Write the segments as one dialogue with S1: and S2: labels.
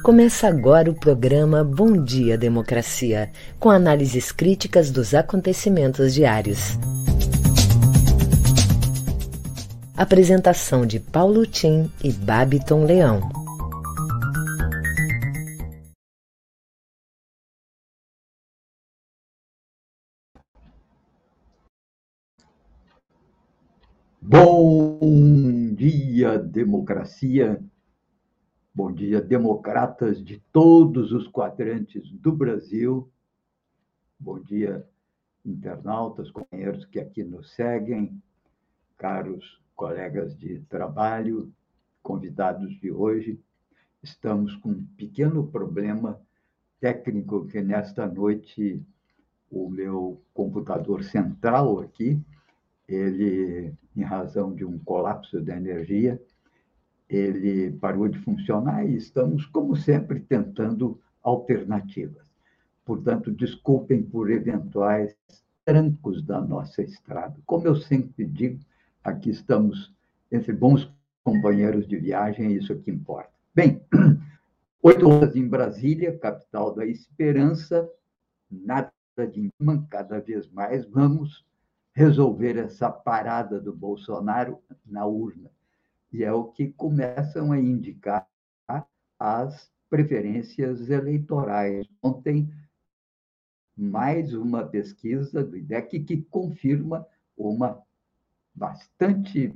S1: Começa agora o programa Bom Dia Democracia, com análises críticas dos acontecimentos diários. Apresentação de Paulo Tim e Babiton Leão.
S2: Bom dia, democracia. Bom dia, democratas de todos os quadrantes do Brasil. Bom dia, internautas, companheiros que aqui nos seguem, caros colegas de trabalho, convidados de hoje. Estamos com um pequeno problema técnico que nesta noite o meu computador central aqui, ele, em razão de um colapso da energia, ele parou de funcionar e estamos, como sempre, tentando alternativas. Portanto, desculpem por eventuais trancos da nossa estrada. Como eu sempre digo, aqui estamos entre bons companheiros de viagem, é isso que importa. Bem, 8 horas em Brasília, capital da esperança, nada de imã, cada vez mais vamos resolver essa parada do Bolsonaro na urna. E é o que começam a indicar as preferências eleitorais. Ontem, mais uma pesquisa do IDEC que confirma uma bastante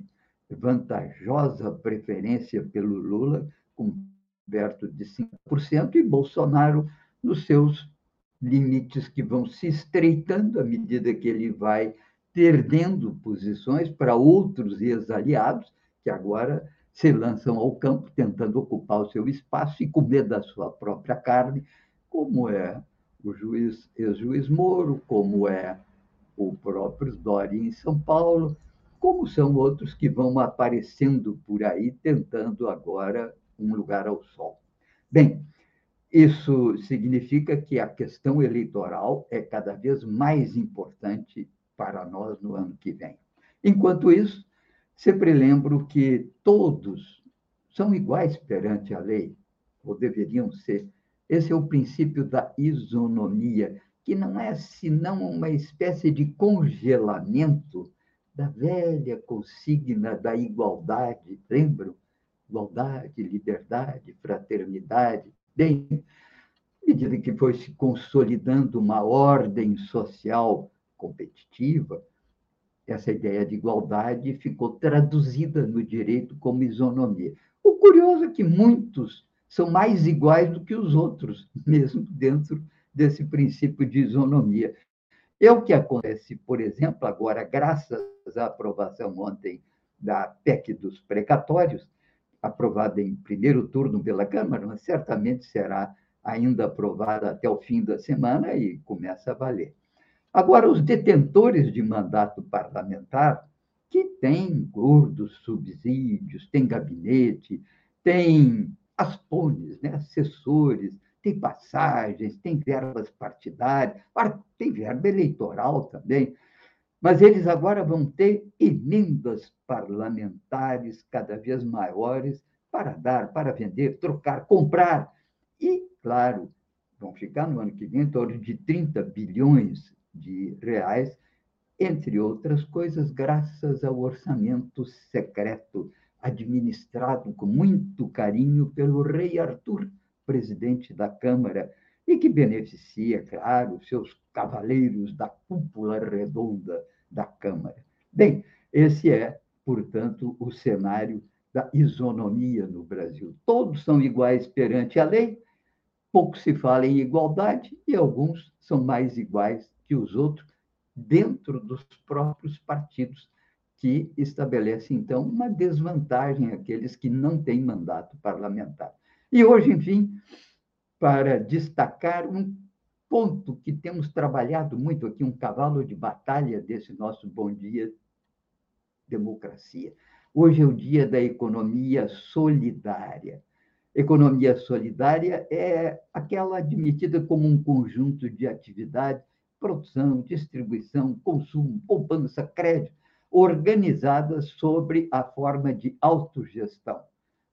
S2: vantajosa preferência pelo Lula, com perto de 5%, e Bolsonaro nos seus limites que vão se estreitando à medida que ele vai perdendo posições para outros ex-aliados, que agora se lançam ao campo tentando ocupar o seu espaço e comer da sua própria carne, como é o ex-juiz Moro, como é o próprio Dória em São Paulo, como são outros que vão aparecendo por aí tentando agora um lugar ao sol. Bem, isso significa que a questão eleitoral é cada vez mais importante para nós no ano que vem. Enquanto isso, sempre lembro que todos são iguais perante a lei, ou deveriam ser. Esse é o princípio da isonomia, que não é senão uma espécie de congelamento da velha consigna da igualdade, lembram? Igualdade, liberdade, fraternidade. Bem, à medida que foi se consolidando uma ordem social competitiva, essa ideia de igualdade ficou traduzida no direito como isonomia. O curioso é que muitos são mais iguais do que os outros, mesmo dentro desse princípio de isonomia. É o que acontece, por exemplo, agora, graças à aprovação ontem da PEC dos precatórios, aprovada em primeiro turno pela Câmara, mas certamente será ainda aprovada até o fim da semana e começa a valer. Agora, os detentores de mandato parlamentar, que têm gordos subsídios, têm gabinete, têm aspones, né, assessores, têm passagens, têm verbas partidárias, tem verba eleitoral também, mas eles agora vão ter emendas parlamentares cada vez maiores para dar, para vender, trocar, comprar. E, claro, vão ficar no ano que vem em torno de 30 bilhões de reais, entre outras coisas, graças ao orçamento secreto, administrado com muito carinho pelo rei Arthur, presidente da Câmara, e que beneficia, claro, seus cavaleiros da cúpula redonda da Câmara. Bem, esse é, portanto, o cenário da isonomia no Brasil. Todos são iguais perante a lei, pouco se fala em igualdade e alguns são mais iguais que os outros dentro dos próprios partidos, que estabelece, então, uma desvantagem àqueles que não têm mandato parlamentar. E hoje, enfim, para destacar um ponto que temos trabalhado muito aqui, um cavalo de batalha desse nosso Bom Dia Democracia. Hoje é o dia da economia solidária. Economia solidária é aquela admitida como um conjunto de atividades, produção, distribuição, consumo, poupança, crédito, organizadas sobre a forma de autogestão.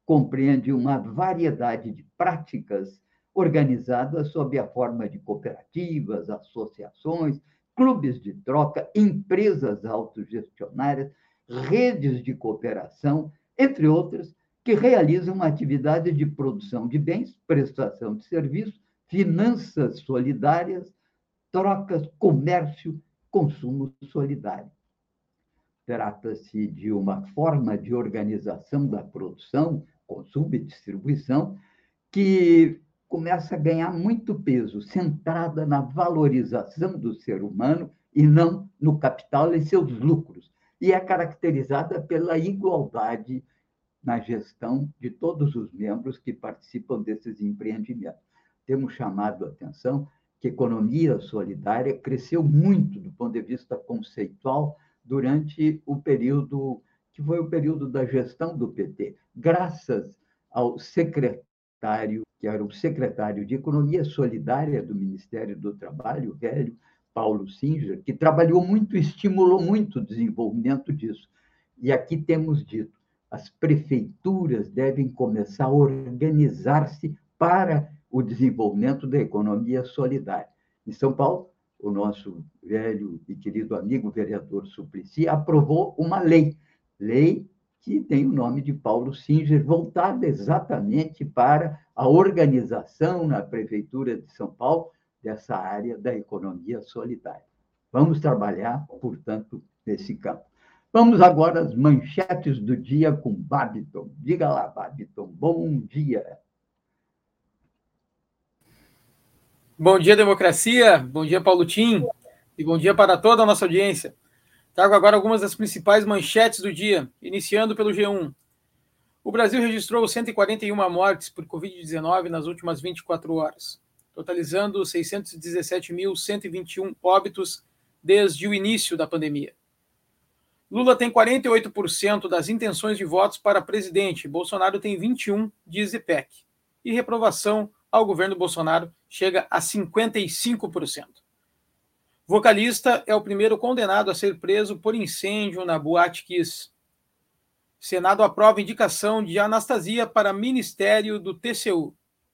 S2: compreende uma variedade de práticas organizadas sob a forma de cooperativas, associações, clubes de troca, empresas autogestionárias, redes de cooperação, entre outras, que realizam uma atividade de produção de bens, prestação de serviços, finanças solidárias, trocas, comércio, consumo solidário. Trata-se de uma forma de organização da produção, consumo e distribuição que começa a ganhar muito peso, centrada na valorização do ser humano e não no capital e seus lucros. E é caracterizada pela igualdade na gestão de todos os membros que participam desses empreendimentos. Temos chamado a atenção que a economia solidária cresceu muito do ponto de vista conceitual durante o período que foi o período da gestão do PT, graças ao secretário, que era o secretário de Economia Solidária do Ministério do Trabalho, o velho Paulo Singer, que trabalhou muito e estimulou muito o desenvolvimento disso. E aqui temos dito, as prefeituras devem começar a organizar-se para o desenvolvimento da economia solidária. Em São Paulo, o nosso velho e querido amigo vereador Suplicy aprovou uma lei que tem o nome de Paulo Singer, voltada exatamente para a organização na Prefeitura de São Paulo dessa área da economia solidária. Vamos trabalhar, portanto, nesse campo. Vamos agora às manchetes do dia com Babiton. Diga lá, Babiton. Bom dia.
S3: Bom dia, democracia. Bom dia, Paulo Tim. E bom dia para toda a nossa audiência. Trago agora algumas das principais manchetes do dia, iniciando pelo G1. O Brasil registrou 141 mortes por Covid-19 nas últimas 24 horas, totalizando 617.121 óbitos desde o início da pandemia. Lula tem 48% das intenções de votos para presidente, Bolsonaro tem 21%, diz IPEC. E reprovação ao governo Bolsonaro chega a 55%. Vocalista é o primeiro condenado a ser preso por incêndio na Boate Kiss. Senado aprova indicação de Anastasia para Ministério do TCU.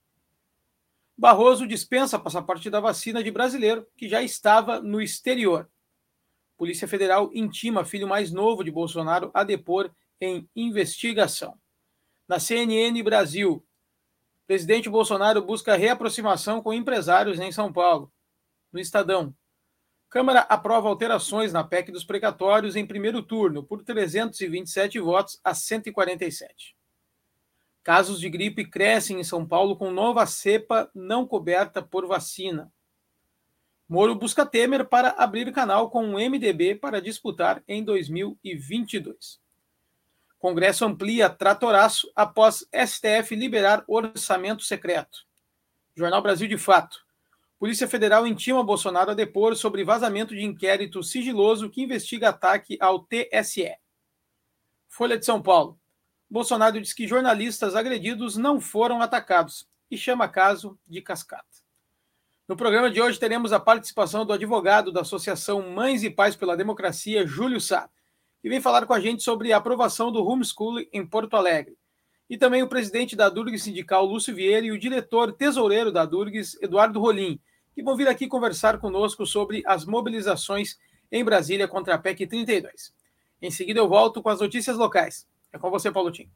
S3: Barroso dispensa passaporte da vacina de brasileiro que já estava no exterior. Polícia Federal intima filho mais novo de Bolsonaro a depor em investigação. Na CNN Brasil, presidente Bolsonaro busca reaproximação com empresários em São Paulo. No Estadão, Câmara aprova alterações na PEC dos precatórios em primeiro turno por 327 votos a 147. Casos de gripe crescem em São Paulo com nova cepa não coberta por vacina. Moro busca Temer para abrir canal com o MDB para disputar em 2022. Congresso amplia tratoraço após STF liberar orçamento secreto. Jornal Brasil de Fato. Polícia Federal intima Bolsonaro a depor sobre vazamento de inquérito sigiloso que investiga ataque ao TSE. Folha de São Paulo. Bolsonaro diz que jornalistas agredidos não foram atacados e chama caso de cascata. No programa de hoje teremos a participação do advogado da Associação Mães e Pais pela Democracia, Júlio Sá, que vem falar com a gente sobre a aprovação do homeschooling em Porto Alegre. E também o presidente da Durgues Sindical, Lúcio Vieira, e o diretor tesoureiro da Durgues, Eduardo Rolim, que vão vir aqui conversar conosco sobre as mobilizações em Brasília contra a PEC 32. Em seguida eu volto com as notícias locais. É com você, Paulo Tim.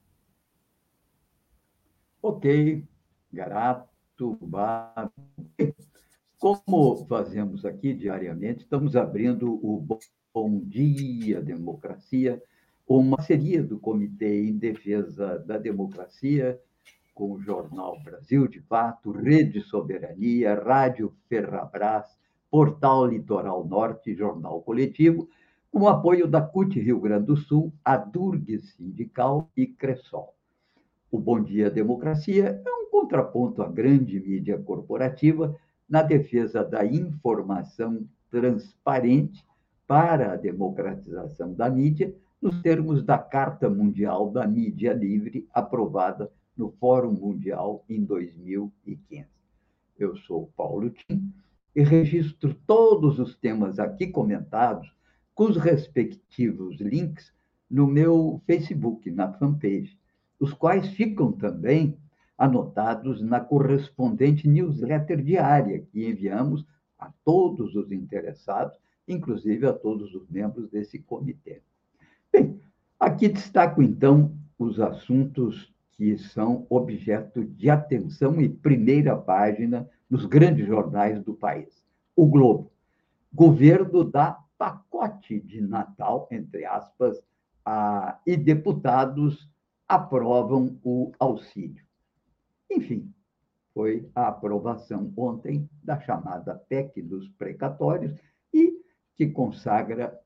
S2: Ok, Garato, Babi. Como fazemos aqui diariamente, estamos abrindo o Bom Dia Democracia, uma parceria do Comitê em Defesa da Democracia, com o Jornal Brasil de Fato, Rede Soberania, Rádio Ferrabras, Portal Litoral Norte, Jornal Coletivo, com o apoio da CUT Rio Grande do Sul, a Durgues Sindical e Cressol. O Bom Dia Democracia é um contraponto à grande mídia corporativa na defesa da informação transparente para a democratização da mídia, nos termos da Carta Mundial da Mídia Livre, aprovada no Fórum Mundial em 2015. Eu sou Paulo Tim e registro todos os temas aqui comentados com os respectivos links no meu Facebook, na fanpage. os quais ficam também anotados na correspondente newsletter diária que enviamos a todos os interessados, inclusive a todos os membros desse comitê. Bem, aqui destaco, então, os assuntos que são objeto de atenção e primeira página nos grandes jornais do país. O Globo. Governo dá pacote de Natal, entre aspas, e deputados aprovam o auxílio. Enfim, foi a aprovação ontem da chamada PEC dos precatórios e que consagra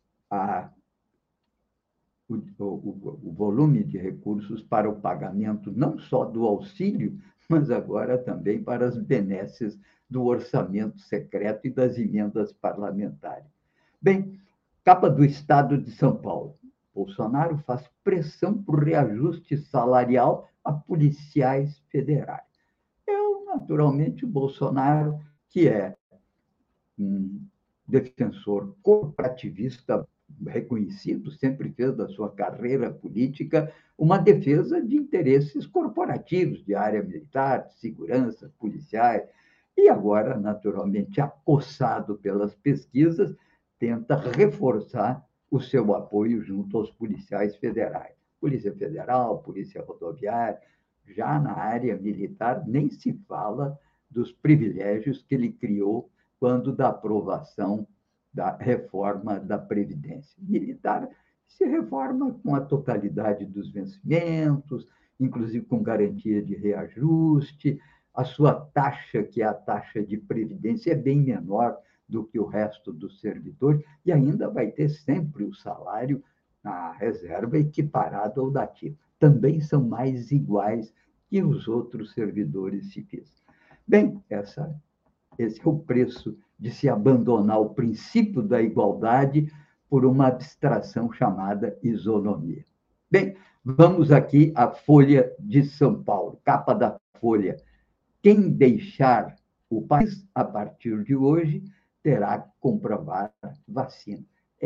S2: o volume de recursos para o pagamento não só do auxílio, mas agora também para as benesses do orçamento secreto e das emendas parlamentares. Bem, capa do Estado de São Paulo. Bolsonaro faz pressão por reajuste salarial a policiais federais. Naturalmente, o Bolsonaro, que é um defensor corporativista reconhecido, sempre fez da sua carreira política uma defesa de interesses corporativos, de área militar, de segurança, policiais, e agora, naturalmente, acossado pelas pesquisas, tenta reforçar o seu apoio junto aos policiais federais. Polícia Federal, Polícia Rodoviária, já na área militar, nem se fala dos privilégios que ele criou quando da aprovação da reforma da Previdência. Militar se reforma com a totalidade dos vencimentos, inclusive com garantia de reajuste. A sua taxa, que é a taxa de previdência, é bem menor do que o resto dos servidores e ainda vai ter sempre o salário na reserva equiparado ao dativo. Também são mais iguais que os outros servidores civis. Bem, esse é o preço de se abandonar o princípio da igualdade por uma abstração chamada isonomia. Bem, vamos aqui à Folha de São Paulo, capa da Folha. Quem deixar o país a partir de hoje terá que comprovar vacina.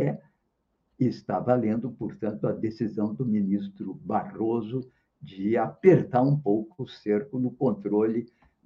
S2: Está valendo, portanto, a decisão do ministro Barroso de apertar um pouco o cerco no controle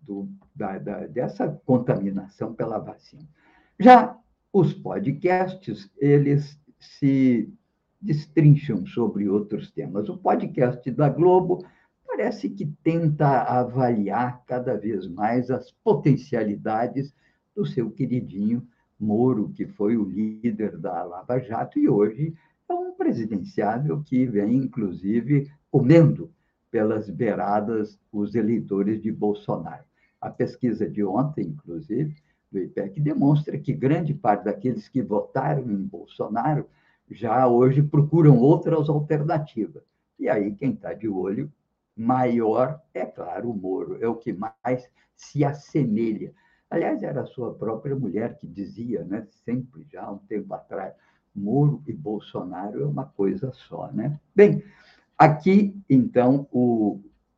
S2: dessa contaminação pela vacina. Já os podcasts, eles se destrincham sobre outros temas. O podcast da Globo parece que tenta avaliar cada vez mais as potencialidades do seu queridinho Moro, que foi o líder da Lava Jato e hoje é um presidenciável que vem, inclusive, comendo pelas beiradas os eleitores de Bolsonaro. A pesquisa de ontem, inclusive, do IPEC, demonstra que grande parte daqueles que votaram em Bolsonaro já hoje procuram outras alternativas. E aí, quem está de olho maior, é claro, o Moro, é o que mais se assemelha. Aliás, era a sua própria mulher que dizia, né, sempre já, há um tempo atrás, Moro e Bolsonaro é uma coisa só, né? Bem, aqui, então, o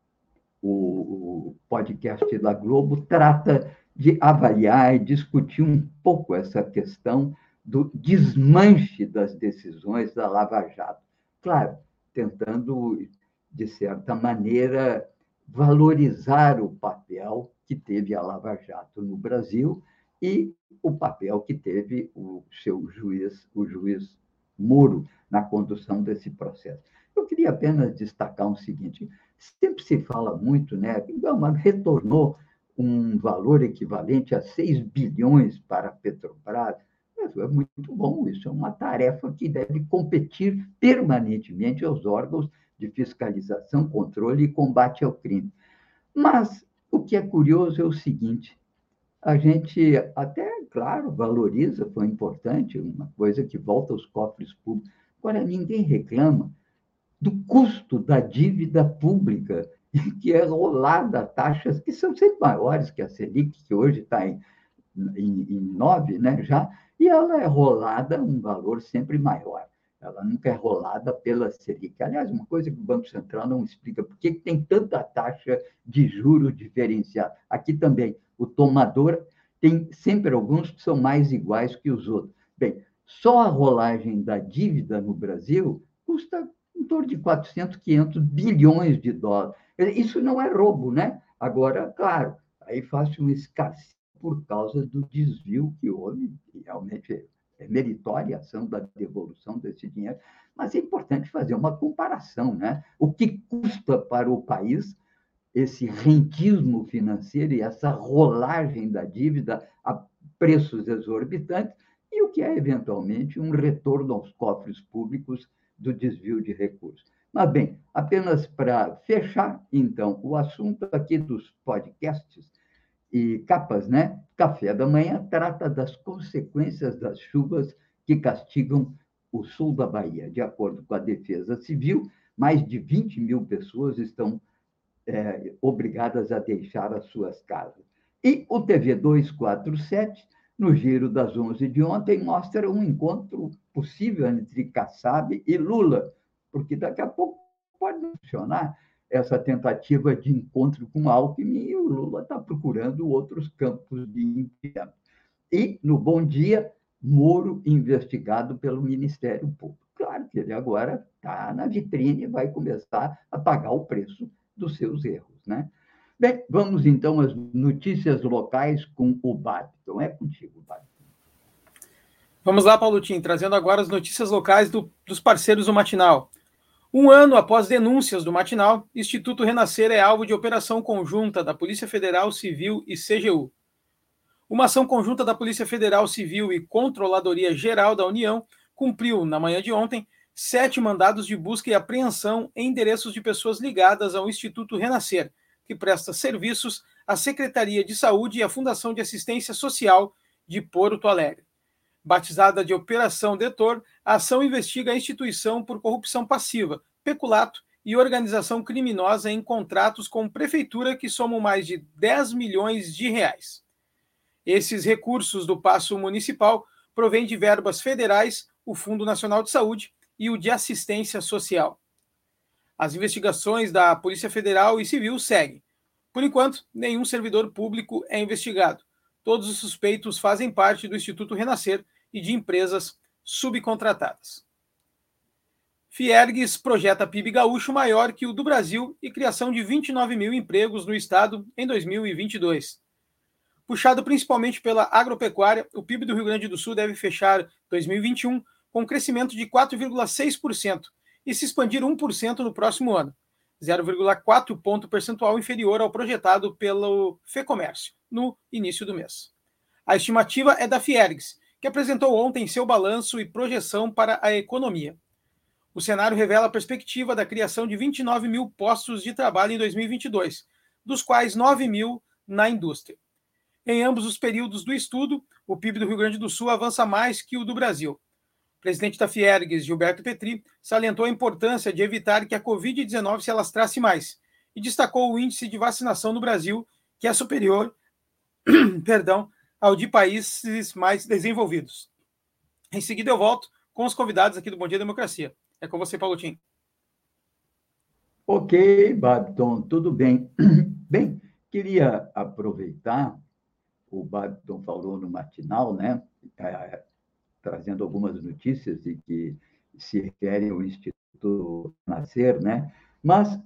S2: podcast da Globo trata de avaliar e discutir um pouco essa questão do desmanche das decisões da Lava Jato. Claro, tentando, de certa maneira, valorizar o papel que teve a Lava Jato no Brasil e o papel que teve o juiz Moro, na condução desse processo. Eu queria apenas destacar o seguinte: sempre se fala muito, né? Mas retornou um valor equivalente a 6 bilhões para a Petrobras. É muito bom, isso é uma tarefa que deve competir permanentemente aos órgãos de fiscalização, controle e combate ao crime. Mas o que é curioso é o seguinte: a gente até, claro, valoriza, foi importante, uma coisa que volta aos cofres públicos. Agora, ninguém reclama do custo da dívida pública, que é rolada a taxas que são sempre maiores que a Selic, que hoje está em 9, né, já, e ela é rolada um valor sempre maior. Ela nunca é rolada pela Selic. Aliás, uma coisa que o Banco Central não explica, por que tem tanta taxa de juros diferenciada. Aqui também, o tomador tem sempre alguns que são mais iguais que os outros. Bem, só a rolagem da dívida no Brasil custa em torno de 400, 500 bilhões de dólares. Isso não é roubo, né? Agora, claro, aí faz um escasseio por causa do desvio que houve, e realmente é meritória a ação da devolução desse dinheiro, mas é importante fazer uma comparação, né? O que custa para o país esse rentismo financeiro e essa rolagem da dívida a preços exorbitantes e o que é, eventualmente, um retorno aos cofres públicos do desvio de recursos. Mas, bem, apenas para fechar, então, o assunto aqui dos podcasts e capas, né? Café da Manhã trata das consequências das chuvas que castigam o sul da Bahia. De acordo com a Defesa Civil, mais de 20 mil pessoas estão obrigadas a deixar as suas casas. E o TV 247, no giro das 11 de ontem, mostra um encontro possível entre Kassab e Lula, porque daqui a pouco pode funcionar essa tentativa de encontro com Alckmin e o Lula está procurando outros campos de emprego. E, no Bom Dia, Moro investigado pelo Ministério Público. Claro que ele agora está na vitrine e vai começar a pagar o preço dos seus erros, né? Bem, vamos então às notícias locais com o Babton. É contigo, Babton.
S3: Vamos lá, Paulotinho, trazendo agora as notícias locais dos parceiros do Matinal. Um ano após denúncias do Matinal, Instituto Renascer é alvo de operação conjunta da Polícia Federal, Civil e CGU. Uma ação conjunta da Polícia Federal, Civil e Controladoria Geral da União cumpriu, na manhã de ontem, 7 mandados de busca e apreensão em endereços de pessoas ligadas ao Instituto Renascer, que presta serviços à Secretaria de Saúde e à Fundação de Assistência Social de Porto Alegre. Batizada de Operação Detor, a ação investiga a instituição por corrupção passiva, peculato e organização criminosa em contratos com prefeitura que somam mais de 10 milhões de reais. Esses recursos do passo municipal provêm de verbas federais, o Fundo Nacional de Saúde e o de Assistência Social. As investigações da Polícia Federal e Civil seguem. Por enquanto, nenhum servidor público é investigado. Todos os suspeitos fazem parte do Instituto Renascer e de empresas subcontratadas. Fiergues projeta PIB gaúcho maior que o do Brasil e criação de 29 mil empregos no estado em 2022. Puxado principalmente pela agropecuária, o PIB do Rio Grande do Sul deve fechar 2021 com um crescimento de 4,6% e se expandir 1% no próximo ano, 0,4 ponto percentual inferior ao projetado pelo FEComércio no início do mês. A estimativa é da Fiergues, que apresentou ontem seu balanço e projeção para a economia. O cenário revela a perspectiva da criação de 29 mil postos de trabalho em 2022, dos quais 9 mil na indústria. Em ambos os períodos do estudo, o PIB do Rio Grande do Sul avança mais que o do Brasil. O presidente da Fiergues, Gilberto Petri, salientou a importância de evitar que a Covid-19 se alastrasse mais e destacou o índice de vacinação no Brasil, que é superior ao de países mais desenvolvidos. Em seguida, eu volto com os convidados aqui do Bom Dia Democracia. É com você, Paulotinho.
S2: Ok, Babton, tudo bem. Bem, queria aproveitar, o Babton falou no matinal, né, trazendo algumas notícias de que se referem ao Instituto Nascer, né, mas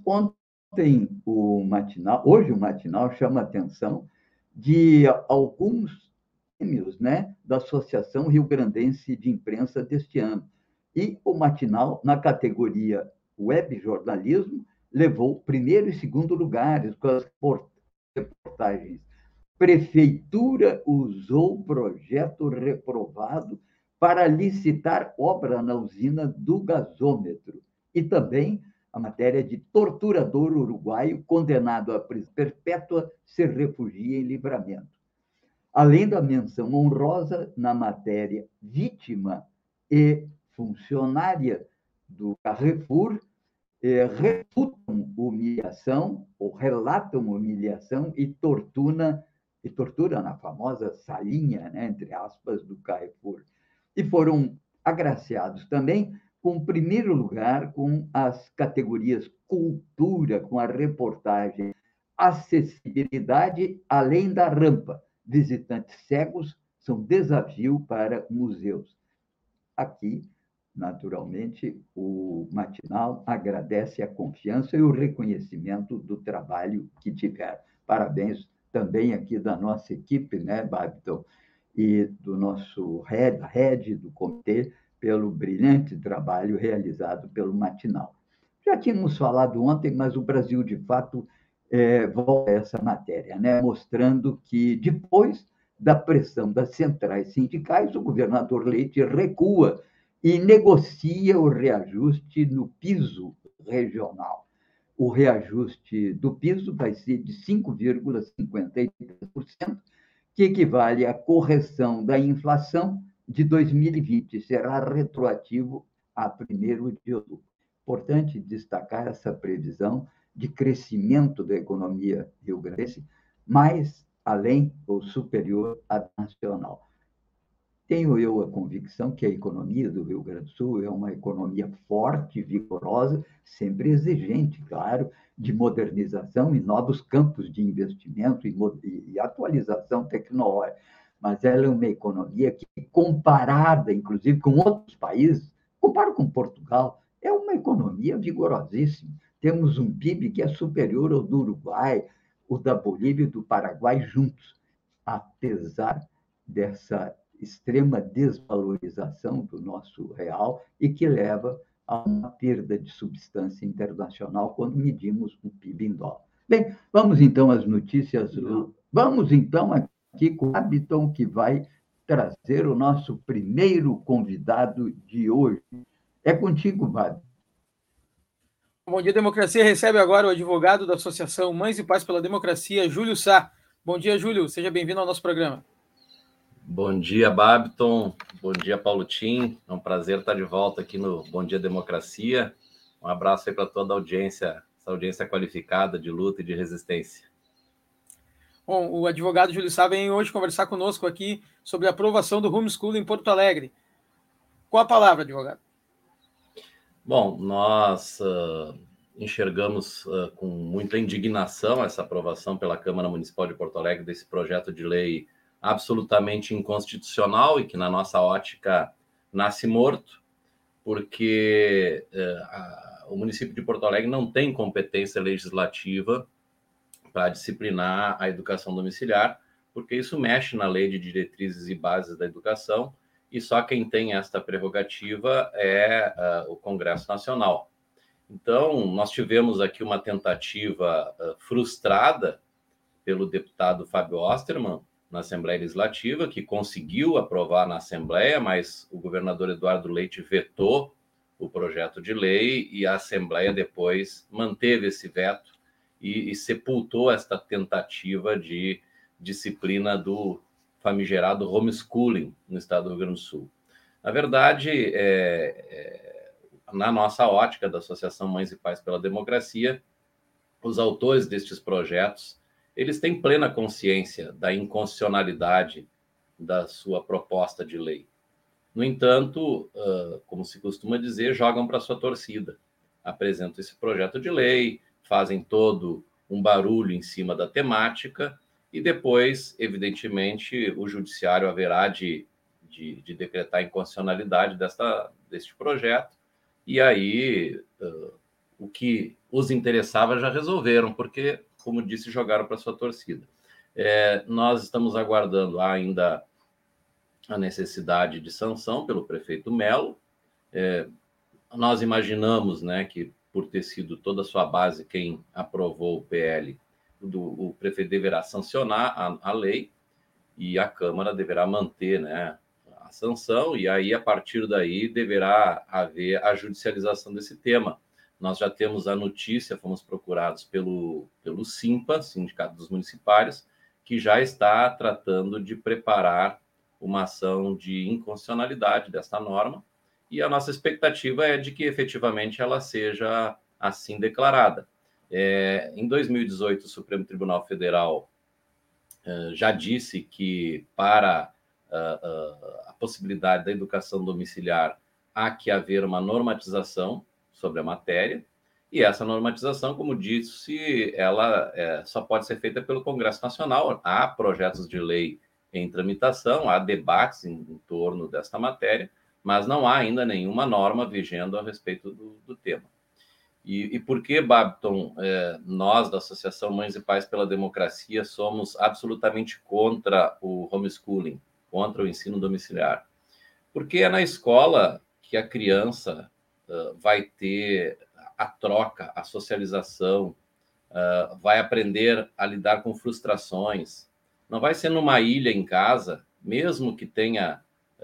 S2: hoje o matinal chama a atenção de alguns prêmios, né, da Associação Rio-Grandense de Imprensa deste ano. E o matinal, na categoria Web Jornalismo, levou primeiro e segundo lugares com as reportagens. Prefeitura usou projeto reprovado para licitar obra na usina do gasômetro. E também a matéria de torturador uruguaio condenado à prisão perpétua se refugia em Livramento. Além da menção honrosa na matéria vítima e funcionária do Carrefour, refutam humilhação, ou relatam humilhação e tortura na famosa salinha, né, entre aspas, do Carrefour. E foram agraciados também com o primeiro lugar com as categorias cultura, com a reportagem acessibilidade além da rampa. Visitantes cegos são desafio para museus. Aqui, Naturalmente, o Matinal agradece a confiança e o reconhecimento do trabalho que tiveram. Parabéns também aqui da nossa equipe, né, Babiton, e do nosso head do comitê, pelo brilhante trabalho realizado pelo Matinal. Já tínhamos falado ontem, mas o Brasil, de fato, volta a essa matéria, né, mostrando que, depois da pressão das centrais sindicais, o governador Leite recua e negocia o reajuste no piso regional. O reajuste do piso vai ser de 5,53%, que equivale à correção da inflação de 2020, será retroativo a 1º de outubro. Importante destacar essa previsão de crescimento da economia rio-grandense, mais além ou superior à nacional. Tenho eu a convicção que a economia do Rio Grande do Sul é uma economia forte, vigorosa, sempre exigente, claro, de modernização e novos campos de investimento e atualização tecnológica. Mas ela é uma economia que, comparada, inclusive, com outros países, comparo com Portugal, é uma economia vigorosíssima. Temos um PIB que é superior ao do Uruguai, o da Bolívia e do Paraguai juntos, apesar dessa extrema desvalorização do nosso real e que leva a uma perda de substância internacional quando medimos o PIB em dólar. Bem, vamos então às notícias. Vamos então aqui com o Babiton, que vai trazer o nosso primeiro convidado de hoje. É contigo, Babiton.
S3: Bom Dia Democracia recebe agora o advogado da Associação Mães e Pais pela Democracia, Júlio Sá. Bom dia, Júlio. Seja bem-vindo ao nosso programa.
S4: Bom dia, Babiton. Bom dia, Paulo Tim. É um prazer estar de volta aqui no Bom Dia Democracia. Um abraço aí para toda a audiência, essa audiência qualificada de luta e de resistência.
S3: Bom, o advogado Júlio Sá vem hoje conversar conosco aqui sobre a aprovação do homeschooling em Porto Alegre. Qual a palavra, advogado?
S4: Bom, nós enxergamos com muita indignação essa aprovação pela Câmara Municipal de Porto Alegre desse projeto de lei absolutamente inconstitucional e que, na nossa ótica, nasce morto, porque o município de Porto Alegre não tem competência legislativa para disciplinar a educação domiciliar, porque isso mexe na Lei de Diretrizes e Bases da Educação, e só quem tem esta prerrogativa é o Congresso Nacional. Então, nós tivemos aqui uma tentativa frustrada pelo deputado Fábio Osterman, na Assembleia Legislativa, que conseguiu aprovar na Assembleia, mas o governador Eduardo Leite vetou o projeto de lei e a Assembleia depois manteve esse veto e sepultou esta tentativa de disciplina do famigerado homeschooling no estado do Rio Grande do Sul. Na verdade, na nossa ótica da Associação Mães e Pais pela Democracia, os autores destes projetos eles têm plena consciência da inconstitucionalidade da sua proposta de lei. No entanto, como se costuma dizer, jogam para sua torcida. Apresentam esse projeto de lei, fazem todo um barulho em cima da temática e depois, evidentemente, o judiciário haverá de decretar a inconstitucionalidade deste projeto e aí o que os interessava já resolveram, porque, como disse, jogaram para sua torcida. Nós estamos aguardando ainda a necessidade de sanção pelo prefeito Melo. Nós imaginamos, né, que por ter sido toda a sua base quem aprovou o PL, o prefeito deverá sancionar a lei e a Câmara deverá manter, né, a sanção, e aí, a partir daí, deverá haver a judicialização desse tema. Nós já temos a notícia, fomos procurados pelo SIMPA, Sindicato dos Municipários, que já está tratando de preparar uma ação de inconstitucionalidade desta norma, e a nossa expectativa é de que, efetivamente, ela seja assim declarada. Em 2018, o Supremo Tribunal Federal já disse que, para a possibilidade da educação domiciliar, há que haver uma normatização sobre a matéria, e essa normatização, como disse, ela só pode ser feita pelo Congresso Nacional. Há projetos de lei em tramitação, há debates em torno desta matéria, mas não há ainda nenhuma norma vigendo a respeito do tema. E por que, Babton, nós da Associação Mães e Pais pela Democracia somos absolutamente contra o homeschooling, contra o ensino domiciliar? Porque é na escola que a criança vai ter a troca, a socialização, vai aprender a lidar com frustrações. Não vai ser numa ilha em casa, mesmo que tenha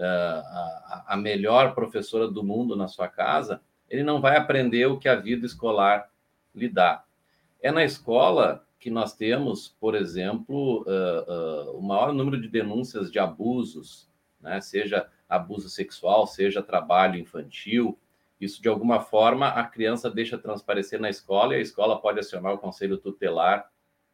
S4: a melhor professora do mundo na sua casa, ele não vai aprender o que a vida escolar lhe dá. É na escola que nós temos, por exemplo, o maior número de denúncias de abusos, né? Seja abuso sexual, seja trabalho infantil. Isso, de alguma forma, a criança deixa transparecer na escola e a escola pode acionar o conselho tutelar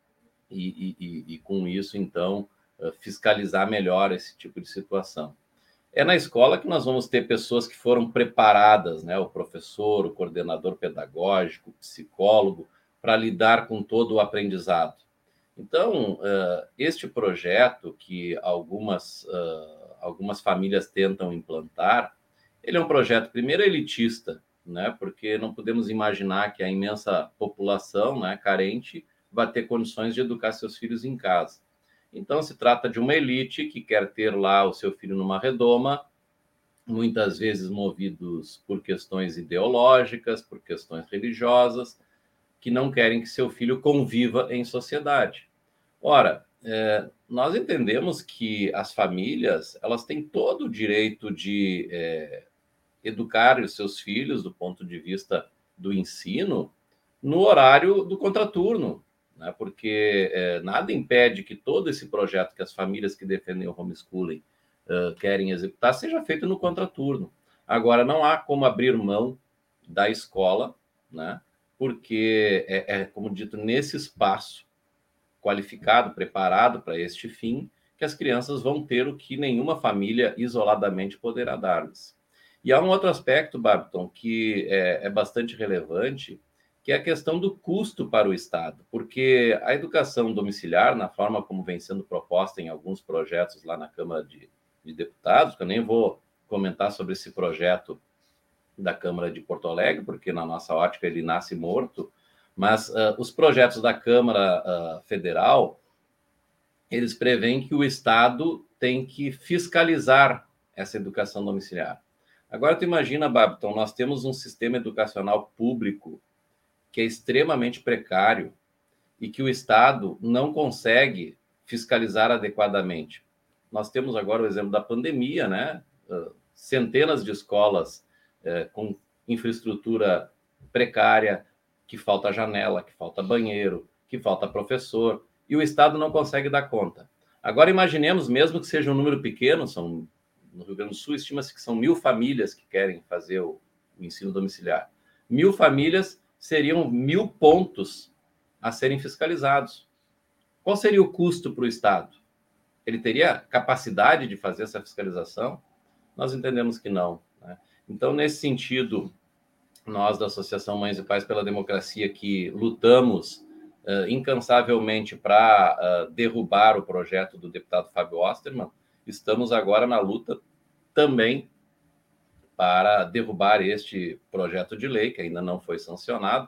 S4: e com isso, então, fiscalizar melhor esse tipo de situação. É na escola que nós vamos ter pessoas que foram preparadas, né? O professor, o coordenador pedagógico, o psicólogo, para lidar com todo o aprendizado. Então, este projeto que algumas famílias tentam implantar, ele é um projeto, primeiro, elitista, né? Porque não podemos imaginar que a imensa população, né, carente vai ter condições de educar seus filhos em casa. Então, se trata de uma elite que quer ter lá o seu filho numa redoma, muitas vezes movidos por questões ideológicas, por questões religiosas, que não querem que seu filho conviva em sociedade. Ora, nós entendemos que as famílias, elas têm todo o direito de educar os seus filhos do ponto de vista do ensino no horário do contraturno, né? Porque nada impede que todo esse projeto que as famílias que defendem o homeschooling querem executar seja feito no contraturno. Agora, não há como abrir mão da escola, né? Porque como dito, nesse espaço qualificado, preparado para este fim, que as crianças vão ter o que nenhuma família isoladamente poderá dar-lhes. E há um outro aspecto, Babton, que é bastante relevante, que é a questão do custo para o Estado, porque a educação domiciliar, na forma como vem sendo proposta em alguns projetos lá na Câmara de Deputados, que eu nem vou comentar sobre esse projeto da Câmara de Porto Alegre, porque na nossa ótica ele nasce morto, mas os projetos da Câmara Federal, eles prevêem que o Estado tem que fiscalizar essa educação domiciliar. Agora, tu imagina, Babton, nós temos um sistema educacional público que é extremamente precário e que o Estado não consegue fiscalizar adequadamente. Nós temos agora o exemplo da pandemia, né? Centenas de escolas com infraestrutura precária, que falta janela, que falta banheiro, que falta professor, e o Estado não consegue dar conta. Agora, imaginemos, mesmo que seja um número pequeno, no Rio Grande do Sul, estima-se que são 1.000 famílias que querem fazer o ensino domiciliar. 1.000 famílias seriam 1.000 pontos a serem fiscalizados. Qual seria o custo para o Estado? Ele teria capacidade de fazer essa fiscalização? Nós entendemos que não, né? Então, nesse sentido, nós da Associação Mães e Pais pela Democracia, que lutamos incansavelmente para derrubar o projeto do deputado Fábio Osterman, estamos agora na luta também para derrubar este projeto de lei, que ainda não foi sancionado,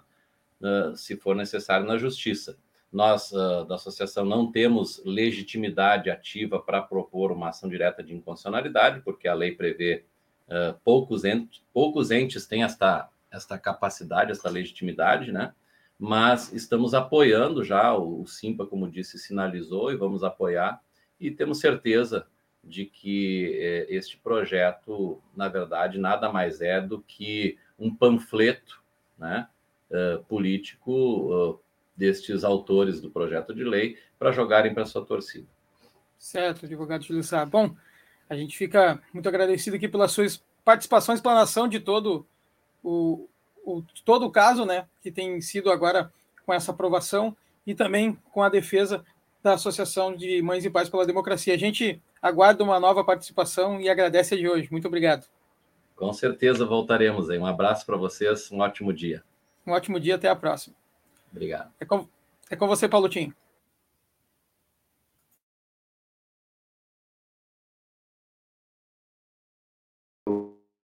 S4: se for necessário, na Justiça. Nós, da associação, não temos legitimidade ativa para propor uma ação direta de inconstitucionalidade, porque a lei prevê poucos entes têm esta capacidade, esta legitimidade, né? Mas estamos apoiando já, o Simpa, como disse, sinalizou, e vamos apoiar, e temos certeza de que este projeto, na verdade, nada mais é do que um panfleto, né, político destes autores do projeto de lei para jogarem para sua torcida.
S3: Certo, advogado Júlio Sá. Bom, a gente fica muito agradecido aqui pelas suas participações, explanação de todo o caso, né, que tem sido agora com essa aprovação e também com a defesa da Associação de Mães e Pais pela Democracia. A gente aguarda uma nova participação e agradece a de hoje. Muito obrigado.
S4: Com certeza voltaremos aí. Um abraço para vocês, um ótimo dia.
S3: Um ótimo dia, até a próxima.
S4: Obrigado.
S3: É com você, Paulotinho.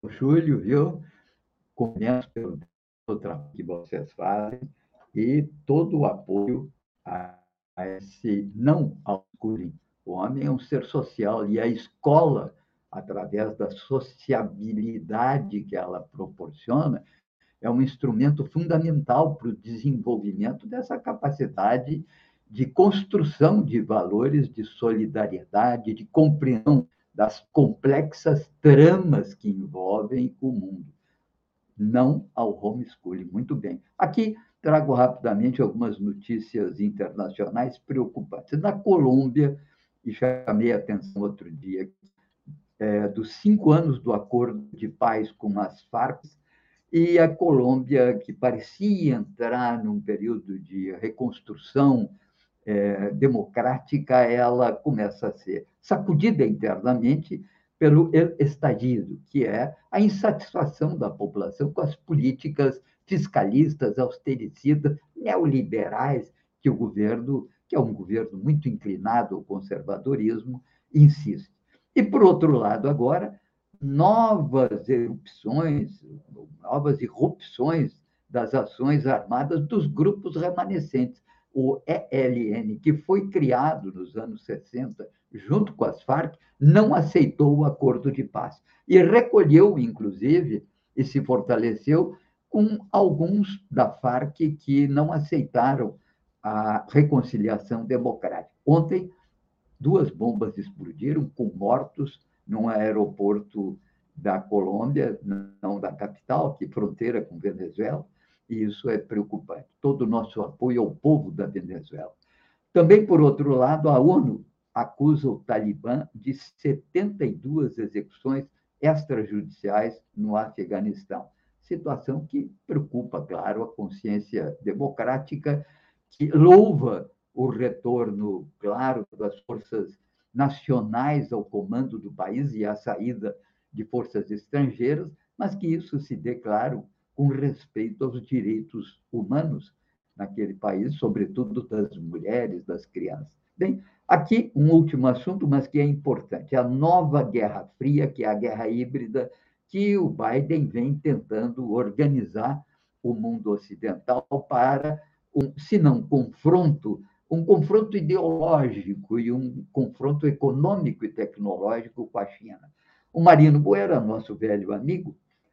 S2: Júlio, viu? Começo pelo trabalho que vocês fazem e todo o apoio a esse não homeschooling. O homem é um ser social e a escola, através da sociabilidade que ela proporciona, é um instrumento fundamental para o desenvolvimento dessa capacidade de construção de valores de solidariedade, de compreensão das complexas tramas que envolvem o mundo. Não ao homeschooling. Muito bem. Aqui trago rapidamente algumas notícias internacionais preocupantes. Na Colômbia, e chamei a atenção outro dia, dos 5 anos do acordo de paz com as Farc, e a Colômbia, que parecia entrar num período de reconstrução democrática, ela começa a ser sacudida internamente pelo estadismo, que é a insatisfação da população com as políticas fiscalistas, austericidas, neoliberais que o governo, que é um governo muito inclinado ao conservadorismo, insiste. E, por outro lado, agora, novas irrupções das ações armadas dos grupos remanescentes. O ELN, que foi criado nos anos 60, junto com as Farc, não aceitou o acordo de paz e recolheu, inclusive, e se fortaleceu com alguns da Farc que não aceitaram a reconciliação democrática. Ontem, 2 bombas explodiram com mortos num aeroporto da Colômbia, não da capital, que fronteira com Venezuela, e isso é preocupante. Todo o nosso apoio ao povo da Venezuela. Também, por outro lado, a ONU acusa o Talibã de 72 execuções extrajudiciais no Afeganistão. Situação que preocupa, claro, a consciência democrática, que louva o retorno, claro, das forças nacionais ao comando do país e a saída de forças estrangeiras, mas que isso se dê, claro, com respeito aos direitos humanos naquele país, sobretudo das mulheres, das crianças. Bem, aqui um último assunto, mas que é importante, a nova Guerra Fria, que é a guerra híbrida, que o Biden vem tentando organizar o mundo ocidental para, se não confronto, um confronto ideológico e um confronto econômico e tecnológico com a China. O Marino Boera, nosso velho amigo,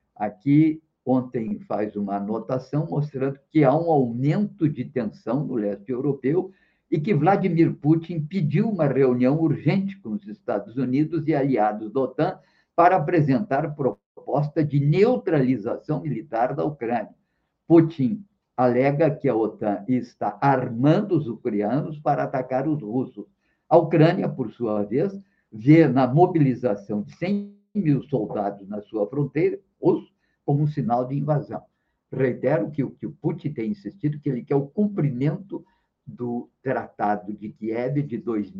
S2: aqui ontem faz uma anotação mostrando que há um aumento de tensão no leste europeu e que Vladimir Putin pediu uma reunião urgente com os Estados Unidos e aliados da OTAN para apresentar proposta de neutralização militar da Ucrânia. Putin alega que a OTAN está armando os ucranianos para atacar os russos. A Ucrânia, por sua vez, vê na mobilização de 100 mil soldados na sua fronteira, como um sinal de invasão. Reitero que o Putin tem insistido que ele quer o cumprimento do Tratado de Kiev de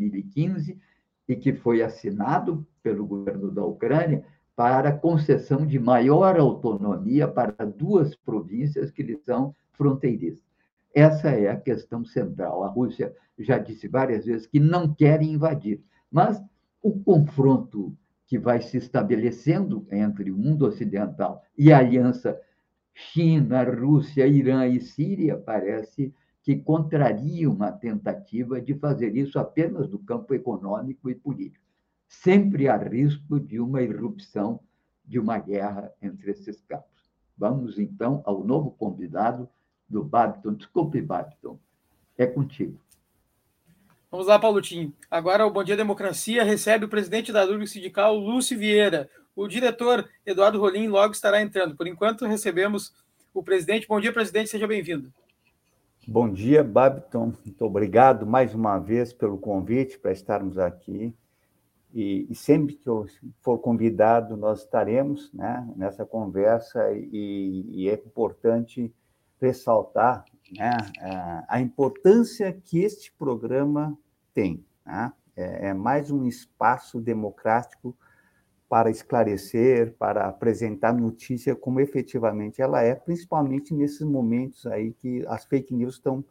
S2: 2015 e que foi assinado pelo governo da Ucrânia para concessão de maior autonomia para 2 províncias que lhe são fronteiriças. Essa é a questão central. A Rússia já disse várias vezes que não quer invadir, mas o confronto que vai se estabelecendo entre o mundo ocidental e a aliança China, Rússia, Irã e Síria parece que contraria uma tentativa de fazer isso apenas no campo econômico e político. Sempre há risco de uma irrupção de uma guerra entre esses campos. Vamos, então, ao novo convidado do Babiton. Desculpe, Babiton, é contigo.
S3: Vamos lá, Paulotinho. Agora o Bom Dia Democracia recebe o presidente da Durga Sindical, Lúcio Vieira. O diretor, Eduardo Rolim, logo estará entrando. Por enquanto, recebemos o presidente. Bom dia, presidente, seja bem-vindo.
S5: Bom dia, Babiton. Muito obrigado mais uma vez pelo convite para estarmos aqui. E sempre que eu for convidado, nós estaremos, né, nessa conversa e é importante ressaltar, né, a importância que este programa tem. Né? É mais um espaço democrático para esclarecer, para apresentar notícia como efetivamente ela é, principalmente nesses momentos aí que as fake news estão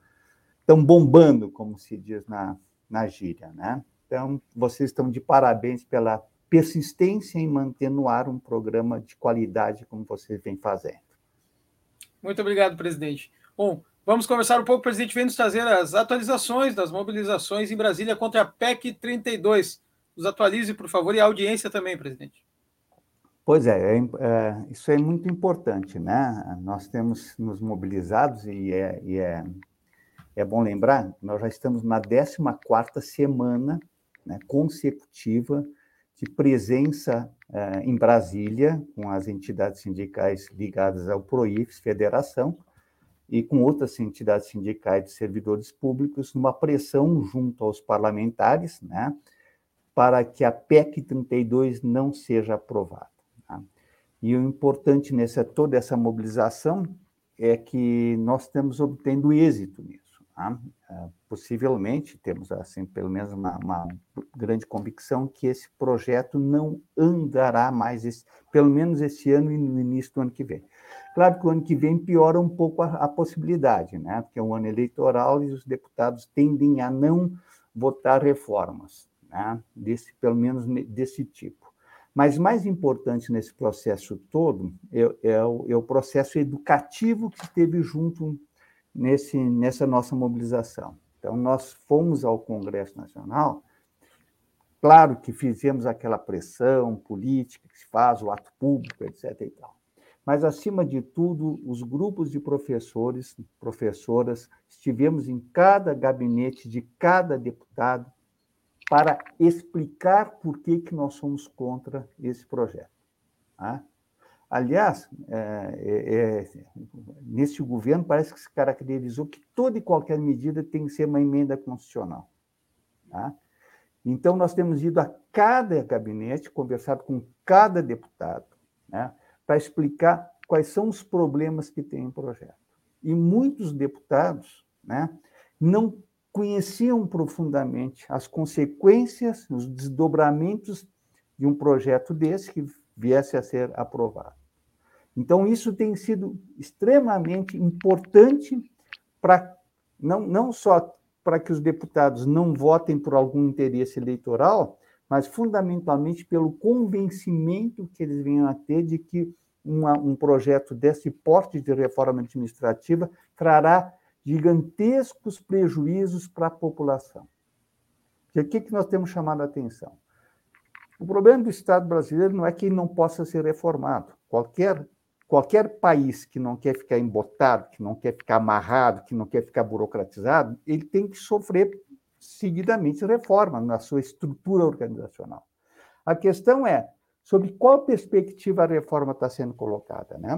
S5: bombando, como se diz na gíria, né? Então, vocês estão de parabéns pela persistência em manter no ar um programa de qualidade como vocês vêm fazendo.
S3: Muito obrigado, presidente. Bom, vamos conversar um pouco. O presidente vem nos trazer as atualizações das mobilizações em Brasília contra a PEC 32. Nos atualize, por favor, e a audiência também, presidente.
S5: Pois é, isso é muito importante, né? Nós temos nos mobilizados e é bom lembrar, nós já estamos na 14ª semana, né, consecutiva de presença em Brasília, com as entidades sindicais ligadas ao PROIFES, Federação, e com outras entidades sindicais de servidores públicos, numa pressão junto aos parlamentares, né, para que a PEC 32 não seja aprovada. Tá? E o importante nessa toda essa mobilização é que nós estamos obtendo êxito nisso. Tá? Possivelmente, temos assim, pelo menos uma grande convicção que esse projeto não andará mais, pelo menos esse ano e no início do ano que vem. Claro que o ano que vem piora um pouco a possibilidade, né? Porque é um ano eleitoral e os deputados tendem a não votar reformas, né? Pelo menos desse tipo. Mas mais importante nesse processo todo é o processo educativo que esteve junto nessa nossa mobilização. Então, nós fomos ao Congresso Nacional, claro que fizemos aquela pressão política que se faz, o ato público, etc. e tal. Mas, acima de tudo, os grupos de professores, professoras, estivemos em cada gabinete de cada deputado para explicar por que nós somos contra esse projeto. Tá? Aliás, nesse governo, parece que se caracterizou que toda e qualquer medida tem que ser uma emenda constitucional. Tá? Então, nós temos ido a cada gabinete, conversado com cada deputado, né, para explicar quais são os problemas que tem o projeto. E muitos deputados, né, não conheciam profundamente as consequências, os desdobramentos de um projeto desse que viesse a ser aprovado. Então, isso tem sido extremamente importante para não só para que os deputados não votem por algum interesse eleitoral, mas fundamentalmente pelo convencimento que eles venham a ter de que um projeto desse porte de reforma administrativa trará gigantescos prejuízos para a população. E o que nós temos chamado a atenção? O problema do Estado brasileiro não é que ele não possa ser reformado. Qualquer país que não quer ficar embotado, que não quer ficar amarrado, que não quer ficar burocratizado, ele tem que sofrer seguidamente reforma na sua estrutura organizacional. A questão é sobre qual perspectiva a reforma está sendo colocada, né?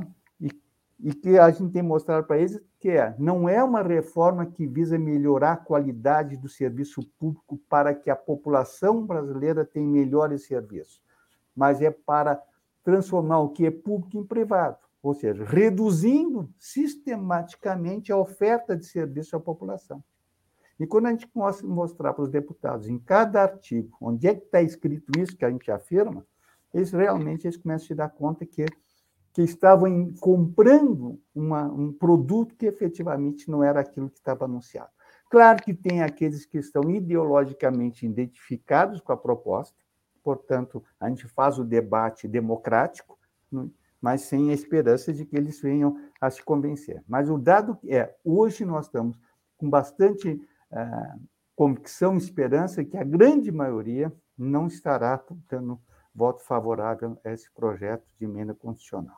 S5: E que a gente tem mostrado para eles que não é uma reforma que visa melhorar a qualidade do serviço público para que a população brasileira tenha melhores serviços, mas é para transformar o que é público em privado, ou seja, reduzindo sistematicamente a oferta de serviço à população. E quando a gente mostrar para os deputados em cada artigo onde é que está escrito isso que a gente afirma, eles começam a se dar conta que estavam comprando um produto que efetivamente não era aquilo que estava anunciado. Claro que tem aqueles que estão ideologicamente identificados com a proposta, portanto, a gente faz o debate democrático, mas sem a esperança de que eles venham a se convencer. Mas o dado hoje nós estamos com bastante convicção e esperança que a grande maioria não estará dando voto favorável a esse projeto de emenda constitucional.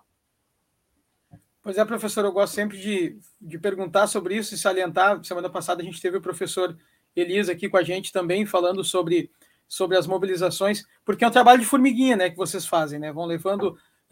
S3: Pois é, professor, eu gosto sempre de perguntar sobre isso e salientar. Semana passada a gente teve o professor Elias aqui com a gente também, falando sobre as mobilizações, porque é um trabalho de formiguinha, né, que vocês fazem, né? Vão levando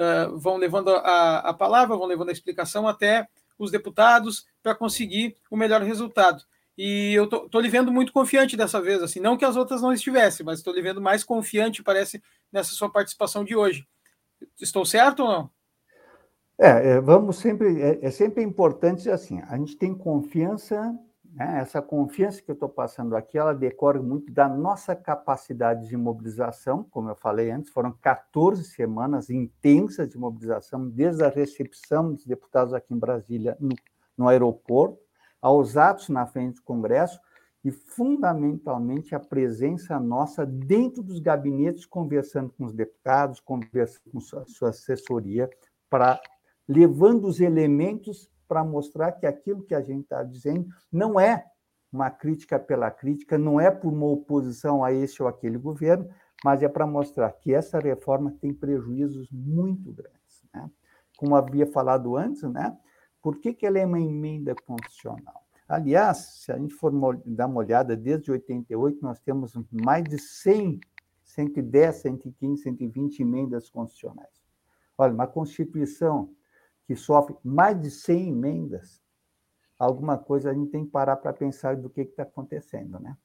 S3: a palavra, vão levando a explicação até os deputados para conseguir o melhor resultado. E eu estou lhe vendo muito confiante dessa vez, assim, não que as outras não estivessem, mas estou lhe vendo mais confiante, parece, nessa sua participação de hoje. Estou certo ou não?
S5: Vamos sempre, é sempre importante assim, a gente tem confiança, né? Essa confiança que eu estou passando aqui, ela decorre muito da nossa capacidade de mobilização, como eu falei antes, foram 14 semanas intensas de mobilização, desde a recepção dos deputados aqui em Brasília, no aeroporto, aos atos na frente do Congresso, e, fundamentalmente, a presença nossa dentro dos gabinetes, conversando com os deputados, conversando com sua assessoria, levando os elementos para mostrar que aquilo que a gente está dizendo não é uma crítica pela crítica, não é por uma oposição a esse ou aquele governo, mas é para mostrar que essa reforma tem prejuízos muito grandes, né? Como havia falado antes, né? Por que ela é uma emenda constitucional? Aliás, se a gente for dar uma olhada, desde 88, nós temos mais de 100, 110, 115, 120 emendas constitucionais. Olha, uma Constituição que sofre mais de 100 emendas, alguma coisa a gente tem que parar para pensar do que está acontecendo, né?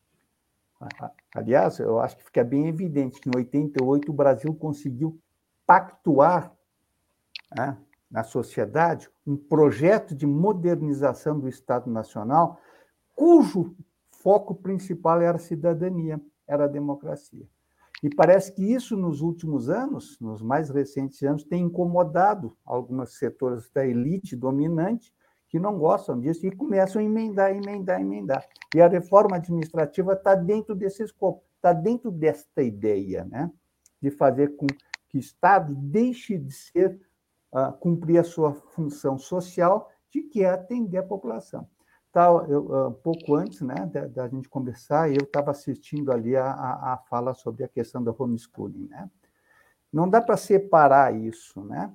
S5: Aliás, eu acho que fica bem evidente que em 88 o Brasil conseguiu pactuar, né, na sociedade um projeto de modernização do Estado Nacional, cujo foco principal era a cidadania, era a democracia. E parece que isso, nos últimos anos, nos mais recentes anos, tem incomodado alguns setores da elite dominante que não gostam disso e começam a emendar. E a reforma administrativa está dentro desse escopo, está dentro desta ideia, né, de fazer com que o Estado deixe de ser, cumprir a sua função social, de que é atender a população. Pouco antes, né, da gente conversar, eu estava assistindo ali a fala sobre a questão do homeschooling, né? Não dá para separar isso, né?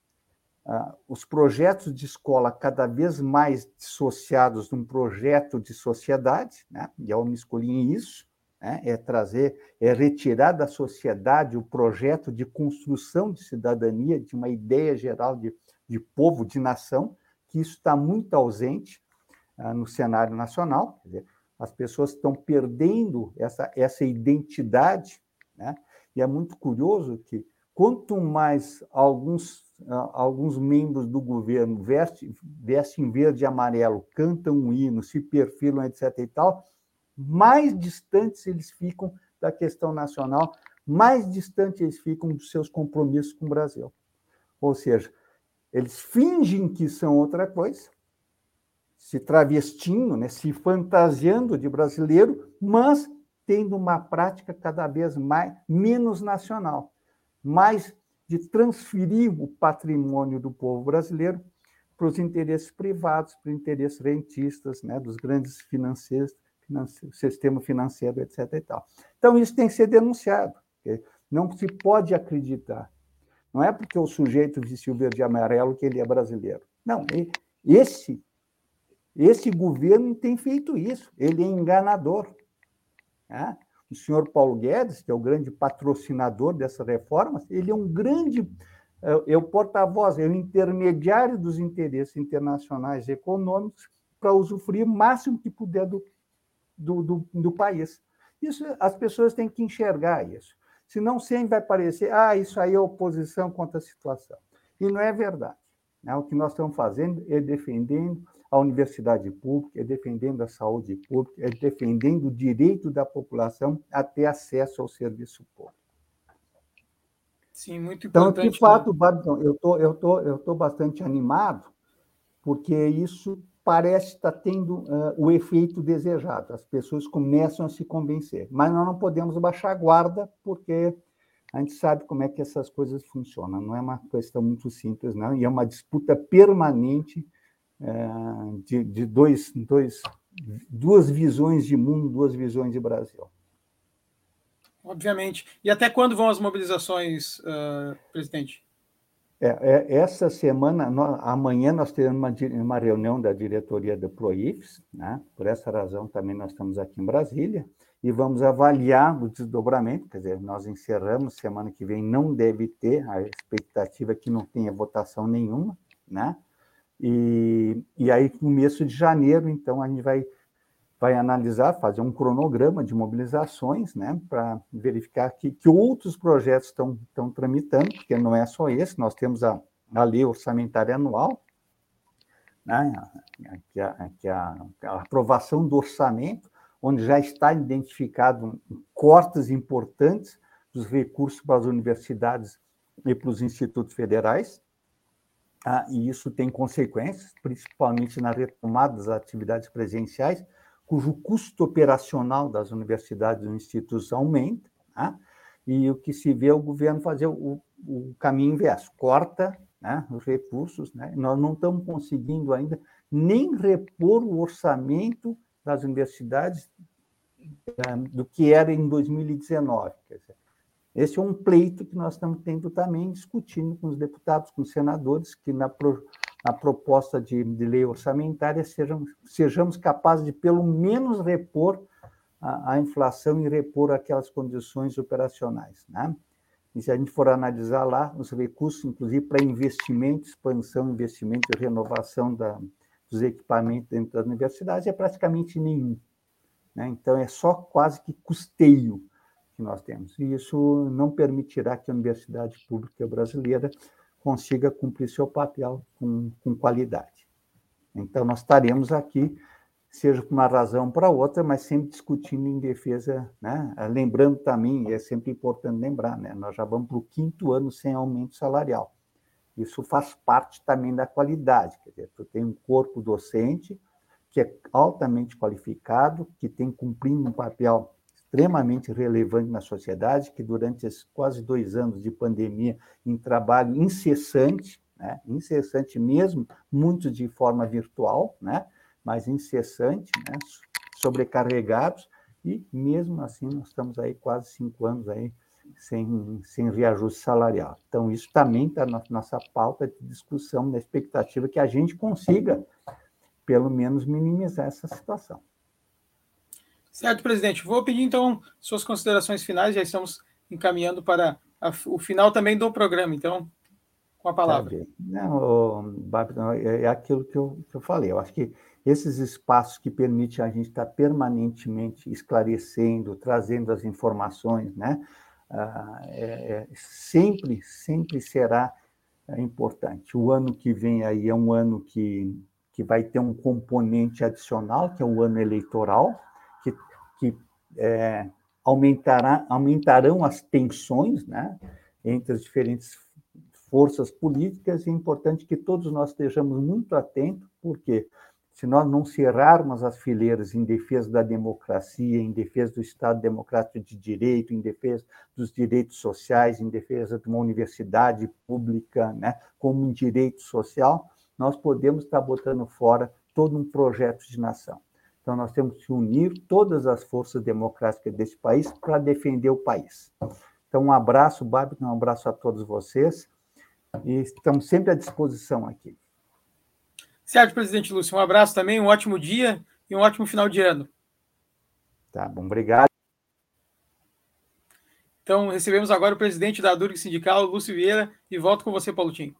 S5: Os projetos de escola cada vez mais dissociados de um projeto de sociedade, né? E a homeschooling é isso, né? É retirar da sociedade o projeto de construção de cidadania, de uma ideia geral de povo, de nação, que isso está muito ausente no cenário nacional. Quer dizer, as pessoas estão perdendo essa identidade, né? E é muito curioso que, quanto mais alguns membros do governo vestem verde e amarelo, cantam um hino, se perfilam, etc. e tal, mais distantes eles ficam da questão nacional, mais distantes eles ficam dos seus compromissos com o Brasil. Ou seja, eles fingem que são outra coisa, se travestindo, né, se fantasiando de brasileiro, mas tendo uma prática cada vez menos nacional, mais de transferir o patrimônio do povo brasileiro para os interesses privados, para os interesses rentistas, né, dos grandes financeiros, sistema financeiro, etc. e tal. Então, isso tem que ser denunciado. Não se pode acreditar. Não é porque o sujeito vestiu verde e amarelo que ele é brasileiro. Não, esse governo tem feito isso. Ele é enganador. Né? O senhor Paulo Guedes, que é o grande patrocinador dessa reforma, ele é um grande... É o porta-voz, é o intermediário dos interesses internacionais e econômicos para usufruir o máximo que puder do país. Isso, as pessoas têm que enxergar isso. Senão sempre vai parecer, isso aí é oposição contra a situação. E não é verdade. Né? O que nós estamos fazendo é defendendo a universidade pública, é defendendo a saúde pública, é defendendo o direito da população a ter acesso ao serviço público.
S3: Sim, muito importante.
S5: Então, de fato, Babton, eu tô bastante animado, porque isso parece estar tendo o efeito desejado. As pessoas começam a se convencer. Mas nós não podemos baixar a guarda, porque a gente sabe como é que essas coisas funcionam. Não é uma questão muito simples, não. E é uma disputa permanente de duas visões de mundo, duas visões de Brasil.
S3: Obviamente. E até quando vão as mobilizações, presidente?
S5: Essa semana, amanhã nós teremos uma reunião da diretoria da Proifes, né? Por essa razão também nós estamos aqui em Brasília, e vamos avaliar o desdobramento, quer dizer, nós encerramos, semana que vem não deve ter, a expectativa é que não tenha votação nenhuma, né? E aí, no começo de janeiro, então, a gente vai analisar, fazer um cronograma de mobilizações, né, para verificar que outros projetos estão tramitando, porque não é só esse, nós temos a lei orçamentária anual, né, que é a aprovação do orçamento, onde já está identificado cortes importantes dos recursos para as universidades e para os institutos federais, e isso tem consequências, principalmente na retomada das atividades presenciais. cujo custo operacional das universidades e institutos aumenta, né? E o que se vê é o governo fazer o caminho inverso, corta, né, os recursos, né? Nós não estamos conseguindo ainda nem repor o orçamento das universidades do que era em 2019. Quer dizer, esse é um pleito que nós estamos tendo também, discutindo com os deputados, com os senadores, que na proposta de lei orçamentária sejamos capazes de, pelo menos, repor a inflação e repor aquelas condições operacionais, né? E se a gente for analisar lá, os recursos, inclusive, para investimento, expansão, investimento e renovação dos equipamentos dentro das universidades, é praticamente nenhum, né? Então, é só quase que custeio que nós temos. E isso não permitirá que a universidade pública brasileira consiga cumprir seu papel com qualidade. Então, nós estaremos aqui, seja por uma razão ou para outra, mas sempre discutindo em defesa, né? Lembrando também, e é sempre importante lembrar, né? Nós já vamos para o 5º ano sem aumento salarial. Isso faz parte também da qualidade, quer dizer, tu tem um corpo docente que é altamente qualificado, que tem cumprindo um papel extremamente relevante na sociedade, que durante esses quase 2 anos de pandemia, em trabalho incessante, né? Incessante mesmo, muitos de forma virtual, né? Mas incessante, né? Sobrecarregados, e mesmo assim nós estamos aí quase 5 anos aí sem reajuste salarial. Então, isso também está na nossa pauta de discussão, na expectativa que a gente consiga, pelo menos, minimizar essa situação.
S3: Certo, presidente. Vou pedir, então, suas considerações finais, já estamos encaminhando para o final também do programa, então, com a palavra.
S5: Tá. Não, Babton, é aquilo que eu falei. Eu acho que esses espaços que permitem a gente estar permanentemente esclarecendo, trazendo as informações, né? Sempre será importante. O ano que vem aí é um ano que vai ter um componente adicional, que é o ano eleitoral, que aumentarão as tensões, né, entre as diferentes forças políticas. É importante que todos nós estejamos muito atentos, porque se nós não cerrarmos as fileiras em defesa da democracia, em defesa do Estado democrático de direito, em defesa dos direitos sociais, em defesa de uma universidade pública, né, como um direito social, nós podemos estar botando fora todo um projeto de nação. Então, nós temos que unir todas as forças democráticas desse país para defender o país. Então, um abraço, Babton, um abraço a todos vocês, e estamos sempre à disposição aqui.
S3: Certo, presidente Lúcio, um abraço também, um ótimo dia e um ótimo final de ano.
S5: Tá bom, obrigado.
S3: Então, recebemos agora o presidente da Durg Sindical, Lúcio Vieira, e volto com você, Paulo Tim.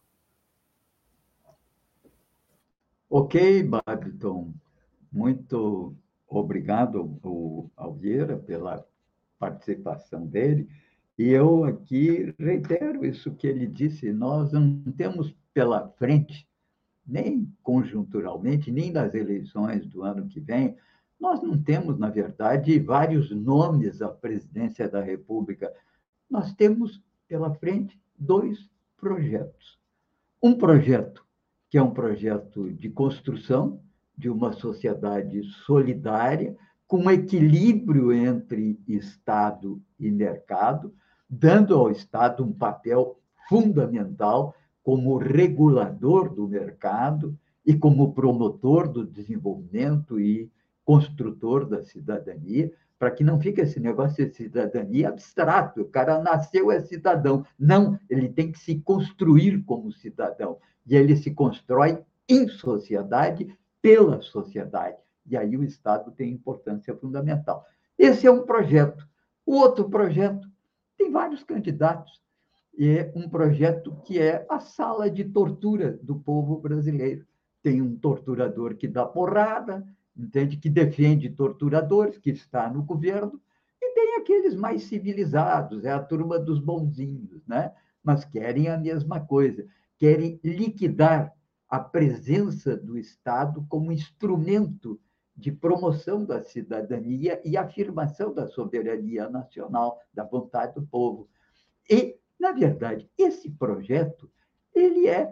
S2: Ok, Babton. Muito obrigado ao Vieira pela participação dele. E eu aqui reitero isso que ele disse: nós não temos pela frente, nem conjunturalmente, nem nas eleições do ano que vem, nós não temos, na verdade, vários nomes à presidência da República. Nós temos pela frente 2 projetos. Um projeto que é um projeto de construção de uma sociedade solidária, com equilíbrio entre Estado e mercado, dando ao Estado um papel fundamental como regulador do mercado e como promotor do desenvolvimento e construtor da cidadania, para que não fique esse negócio de cidadania abstrato. O cara nasceu, é cidadão. Não, ele tem que se construir como cidadão. E ele se constrói em sociedade, pela sociedade. E aí o Estado tem importância fundamental. Esse é um projeto. O outro projeto tem vários candidatos. É um projeto que é a sala de tortura do povo brasileiro. Tem um torturador que dá porrada, entende, que defende torturadores, que está no governo, e tem aqueles mais civilizados, é a turma dos bonzinhos, né? Mas querem a mesma coisa, querem liquidar a presença do Estado como instrumento de promoção da cidadania e afirmação da soberania nacional, da vontade do povo. E, na verdade, esse projeto ele é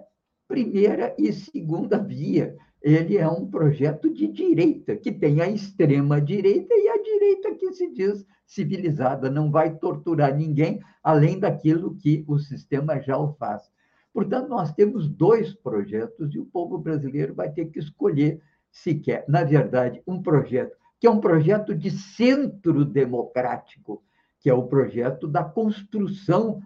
S2: primeira e segunda via. Ele é um projeto de direita, que tem a extrema-direita e a direita que se diz civilizada, não vai torturar ninguém além daquilo que o sistema já o faz. Portanto, nós temos dois projetos e o povo brasileiro vai ter que escolher se quer, na verdade, um projeto que é um projeto de centro democrático, que é o projeto da construção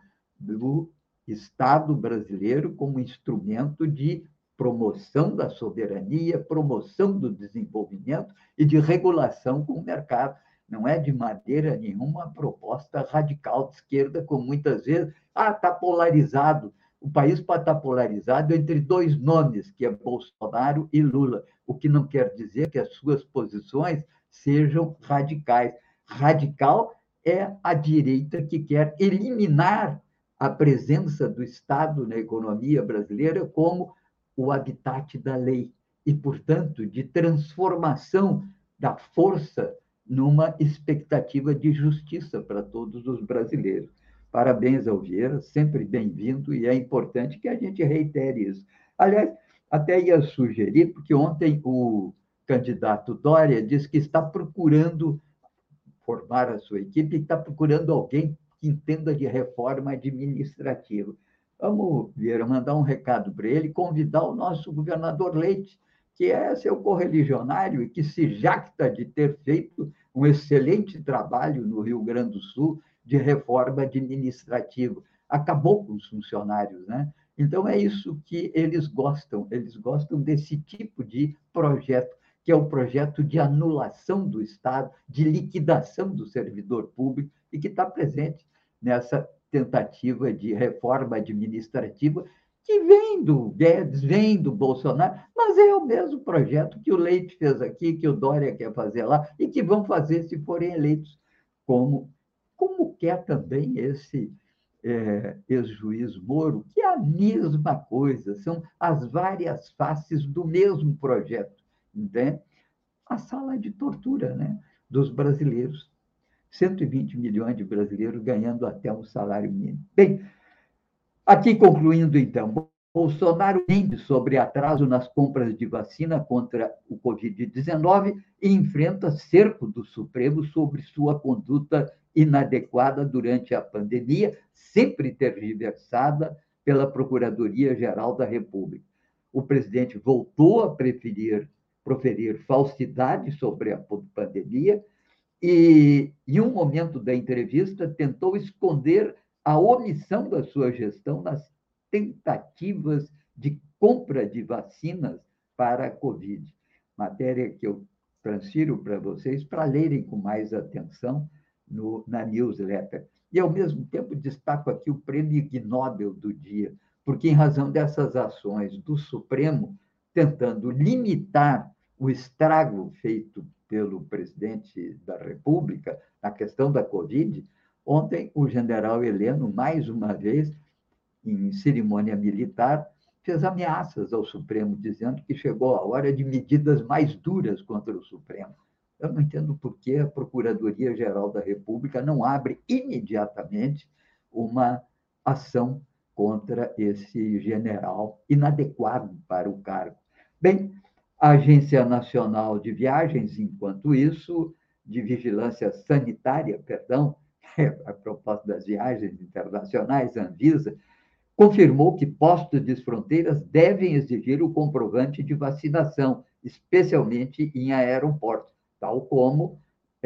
S2: do Estado brasileiro como instrumento de promoção da soberania, promoção do desenvolvimento e de regulação com o mercado. Não é de maneira nenhuma uma proposta radical de esquerda, como muitas vezes, está polarizado. O país pode estar polarizado entre dois nomes, que é Bolsonaro e Lula, o que não quer dizer que as suas posições sejam radicais. Radical é a direita que quer eliminar a presença do Estado na economia brasileira como o habitat da lei e, portanto, de transformação da força numa expectativa de justiça para todos os brasileiros. Parabéns ao Vieira, sempre bem-vindo, e é importante que a gente reitere isso. Aliás, até ia sugerir, porque ontem o candidato Dória disse que está procurando formar a sua equipe e está procurando alguém que entenda de reforma administrativa. Vamos, Vieira, mandar um recado para ele, convidar o nosso governador Leite, que é seu correligionário e que se jacta de ter feito um excelente trabalho no Rio Grande do Sul de reforma administrativa. Acabou com os funcionários, né? Então, é isso que eles gostam desse tipo de projeto, que é o projeto de anulação do Estado, de liquidação do servidor público, e que está presente nessa tentativa de reforma administrativa, que vem do Guedes, vem do Bolsonaro, mas é o mesmo projeto que o Leite fez aqui, que o Dória quer fazer lá, e que vão fazer se forem eleitos, como quer também esse ex-juiz Moro, que é a mesma coisa, são as várias faces do mesmo projeto, entende? A sala de tortura, né, dos brasileiros. 120 milhões de brasileiros ganhando até um salário mínimo. Bem, aqui concluindo, então, Bolsonaro mente sobre atraso nas compras de vacina contra o Covid-19 e enfrenta cerco do Supremo sobre sua conduta inadequada durante a pandemia, sempre tergiversada pela Procuradoria-Geral da República. O presidente voltou a proferir falsidades sobre a pandemia e, em um momento da entrevista, tentou esconder a omissão da sua gestão nas tentativas de compra de vacinas para a Covid. Matéria que eu transfiro para vocês para lerem com mais atenção na newsletter. E, ao mesmo tempo, destaco aqui o prêmio Ig Nobel do dia, porque, em razão dessas ações do Supremo, tentando limitar o estrago feito pelo presidente da República na questão da Covid, ontem o general Heleno, mais uma vez, em cerimônia militar, fez ameaças ao Supremo, dizendo que chegou a hora de medidas mais duras contra o Supremo. Eu não entendo por que a Procuradoria-Geral da República não abre imediatamente uma ação contra esse general inadequado para o cargo. Bem, a Agência Nacional de Viagens, enquanto isso, de Vigilância Sanitária, a propósito das viagens internacionais, a Anvisa, confirmou que postos de fronteiras devem exigir o comprovante de vacinação, especialmente em aeroportos, tal como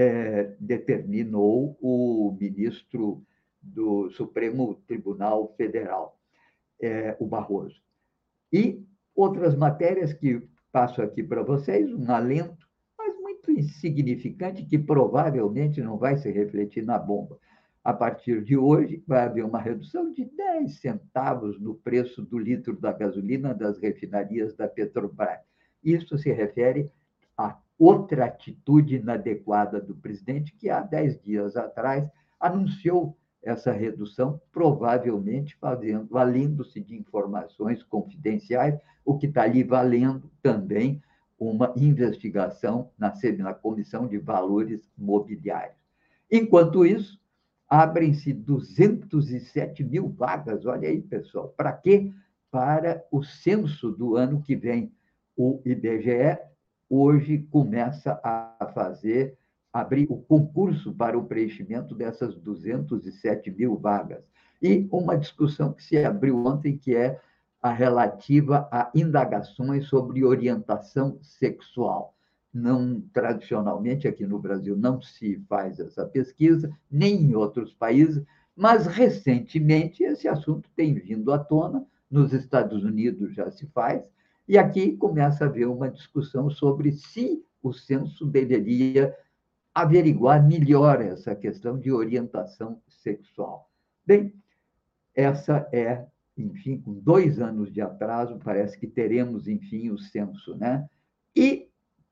S2: determinou o ministro do Supremo Tribunal Federal, o Barroso. E outras matérias que passo aqui para vocês, um alento, mas muito insignificante, que provavelmente não vai se refletir na bomba. A partir de hoje, vai haver uma redução de 10 centavos no preço do litro da gasolina das refinarias da Petrobras. Isso se refere a outra atitude inadequada do presidente, que há 10 dias atrás anunciou essa redução, provavelmente valendo-se de informações confidenciais, o que está ali valendo também uma investigação na Comissão de Valores Mobiliários. Enquanto isso, abrem-se 207 mil vagas, olha aí, pessoal, para quê? para o censo do ano que vem. O IBGE hoje começa a abrir o concurso para o preenchimento dessas 207 mil vagas. E uma discussão que se abriu ontem, que é a relativa a indagações sobre orientação sexual. Não, tradicionalmente, aqui no Brasil, não se faz essa pesquisa, nem em outros países, mas, recentemente, esse assunto tem vindo à tona. Nos Estados Unidos já se faz, e aqui começa a haver uma discussão sobre se o censo deveria averiguar melhor essa questão de orientação sexual. Bem, essa é, enfim, com 2 anos de atraso, parece que teremos, enfim, o censo, né? E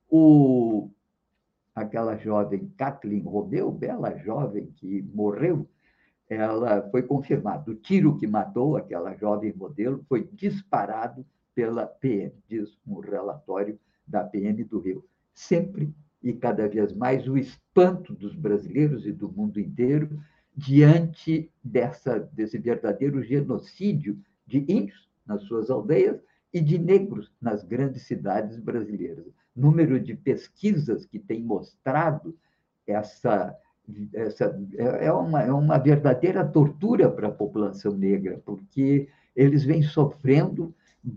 S2: aquela jovem Kathleen Romeu, bela jovem que morreu, ela foi confirmado. O tiro que matou aquela jovem modelo foi disparado pela PM, diz um relatório da PM do Rio. Sempre e cada vez mais o espanto dos brasileiros e do mundo inteiro diante desse verdadeiro genocídio de índios nas suas aldeias e de negros nas grandes cidades brasileiras. Número de pesquisas que tem mostrado essa é uma verdadeira tortura para a população negra, porque eles vêm sofrendo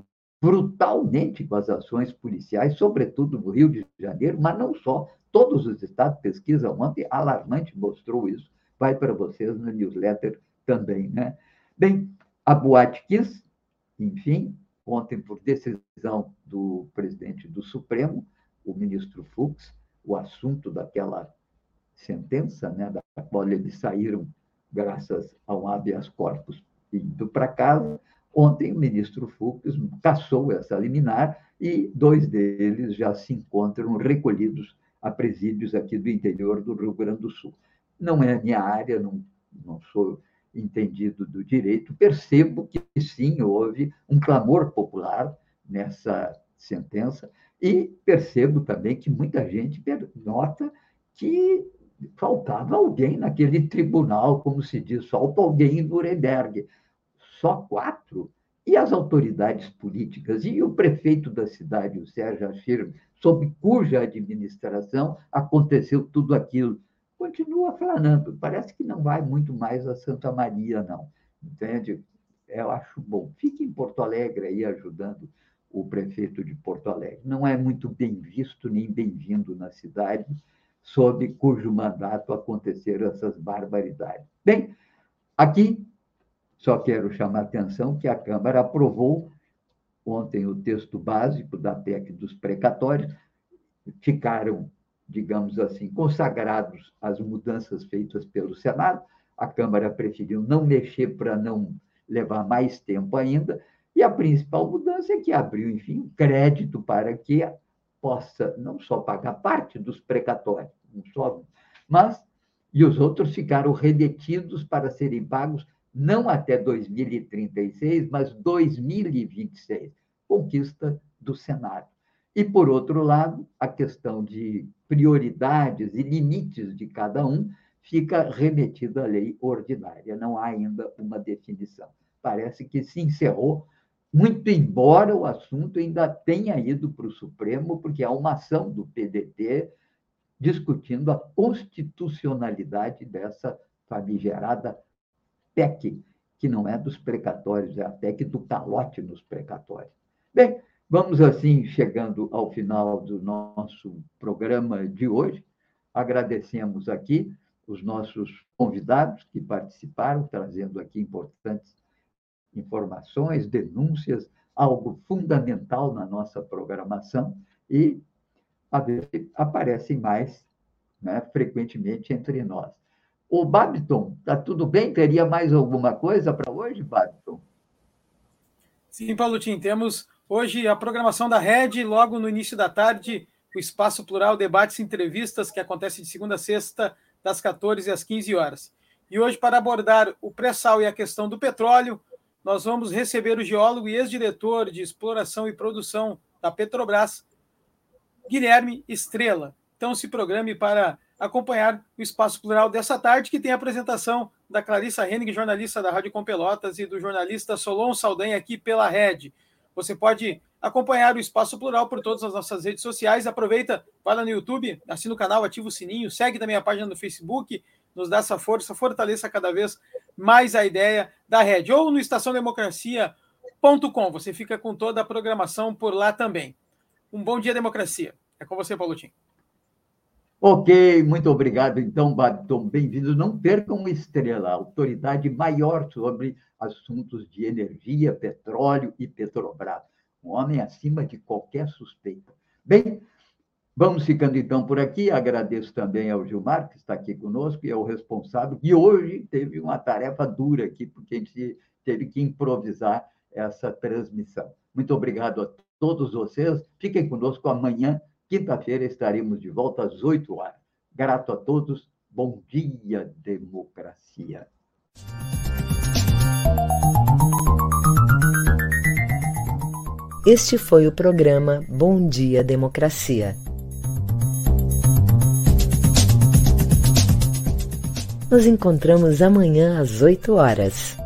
S2: brutalmente com as ações policiais, sobretudo no Rio de Janeiro, mas não só. Todos os estados, pesquisa ontem, alarmante, mostrou isso. Vai para vocês no newsletter também, né? Bem, a Boate Kiss, enfim, ontem, por decisão do presidente do Supremo, o ministro Fux, o assunto daquela sentença, né, da qual eles saíram graças ao habeas corpus indo para casa. Ontem, o ministro Fux cassou essa liminar e 2 deles já se encontram recolhidos a presídios aqui do interior do Rio Grande do Sul. Não é a minha área, não sou entendido do direito, percebo que sim, houve um clamor popular nessa sentença e percebo também que muita gente nota que faltava alguém naquele tribunal, como se diz, falta alguém em Nuremberg. Só 4? E as autoridades políticas? E o prefeito da cidade, o Sérgio Afirme, sob cuja administração aconteceu tudo aquilo? Continua flanando. Parece que não vai muito mais a Santa Maria, não. Entende? Eu acho bom. Fique em Porto Alegre aí ajudando o prefeito de Porto Alegre. Não é muito bem visto nem bem-vindo na cidade, sob cujo mandato aconteceram essas barbaridades. Bem, aqui só quero chamar a atenção que a Câmara aprovou ontem o texto básico da PEC dos precatórios, ficaram, digamos assim, consagrados as mudanças feitas pelo Senado, a Câmara preferiu não mexer para não levar mais tempo ainda, e a principal mudança é que abriu, enfim, crédito para que possa não só pagar parte dos precatórios, não só, mas e os outros ficaram remetidos para serem pagos não até 2036, mas 2026, conquista do Senado. E, por outro lado, a questão de prioridades e limites de cada um fica remetida à lei ordinária. Não há ainda uma definição. Parece que se encerrou, muito embora o assunto ainda tenha ido para o Supremo, porque há uma ação do PDT discutindo a constitucionalidade dessa famigerada PEC, que não é dos precatórios, é a PEC do calote nos precatórios. Bem, vamos assim chegando ao final do nosso programa de hoje. Agradecemos aqui os nossos convidados que participaram, trazendo aqui importantes informações, denúncias, algo fundamental na nossa programação e a ver se aparecem mais, né, frequentemente entre nós. O Babiton, está tudo bem? Teria mais alguma coisa para hoje, Babiton?
S3: Sim, Paulutin, temos hoje a programação da Rede, logo no início da tarde, o Espaço Plural, debates e entrevistas, que acontece de segunda a sexta, das 14 às 15 horas. E hoje, para abordar o pré-sal e a questão do petróleo, nós vamos receber o geólogo e ex-diretor de exploração e produção da Petrobras, Guilherme Estrela. Então, se programe para acompanhar o Espaço Plural dessa tarde, que tem a apresentação da Clarissa Henning, jornalista da Rádio Com Pelotas, e do jornalista Solon Saldanha aqui pela Rede. Você pode acompanhar o Espaço Plural por todas as nossas redes sociais. Aproveita, vai lá no YouTube, assina o canal, ativa o sininho, segue também a página no Facebook, nos dá essa força, fortaleça cada vez mais a ideia da Rede. Ou no estaçãodemocracia.com, você fica com toda a programação por lá também. Um bom dia, democracia. É com você, Paulo Tim.
S2: Ok, muito obrigado. Então, Babiton, bem-vindo. Não percam Estrela, a autoridade maior sobre assuntos de energia, petróleo e Petrobras. Um homem acima de qualquer suspeita. Bem, vamos ficando então por aqui. Agradeço também ao Gilmar, que está aqui conosco, e é o responsável, que hoje teve uma tarefa dura aqui, porque a gente teve que improvisar essa transmissão. Muito obrigado a todos vocês. Fiquem conosco amanhã. Quinta-feira estaremos de volta às 8 horas. Grato a todos. Bom dia, democracia.
S1: Este foi o programa Bom Dia Democracia. Nos encontramos amanhã às 8 horas.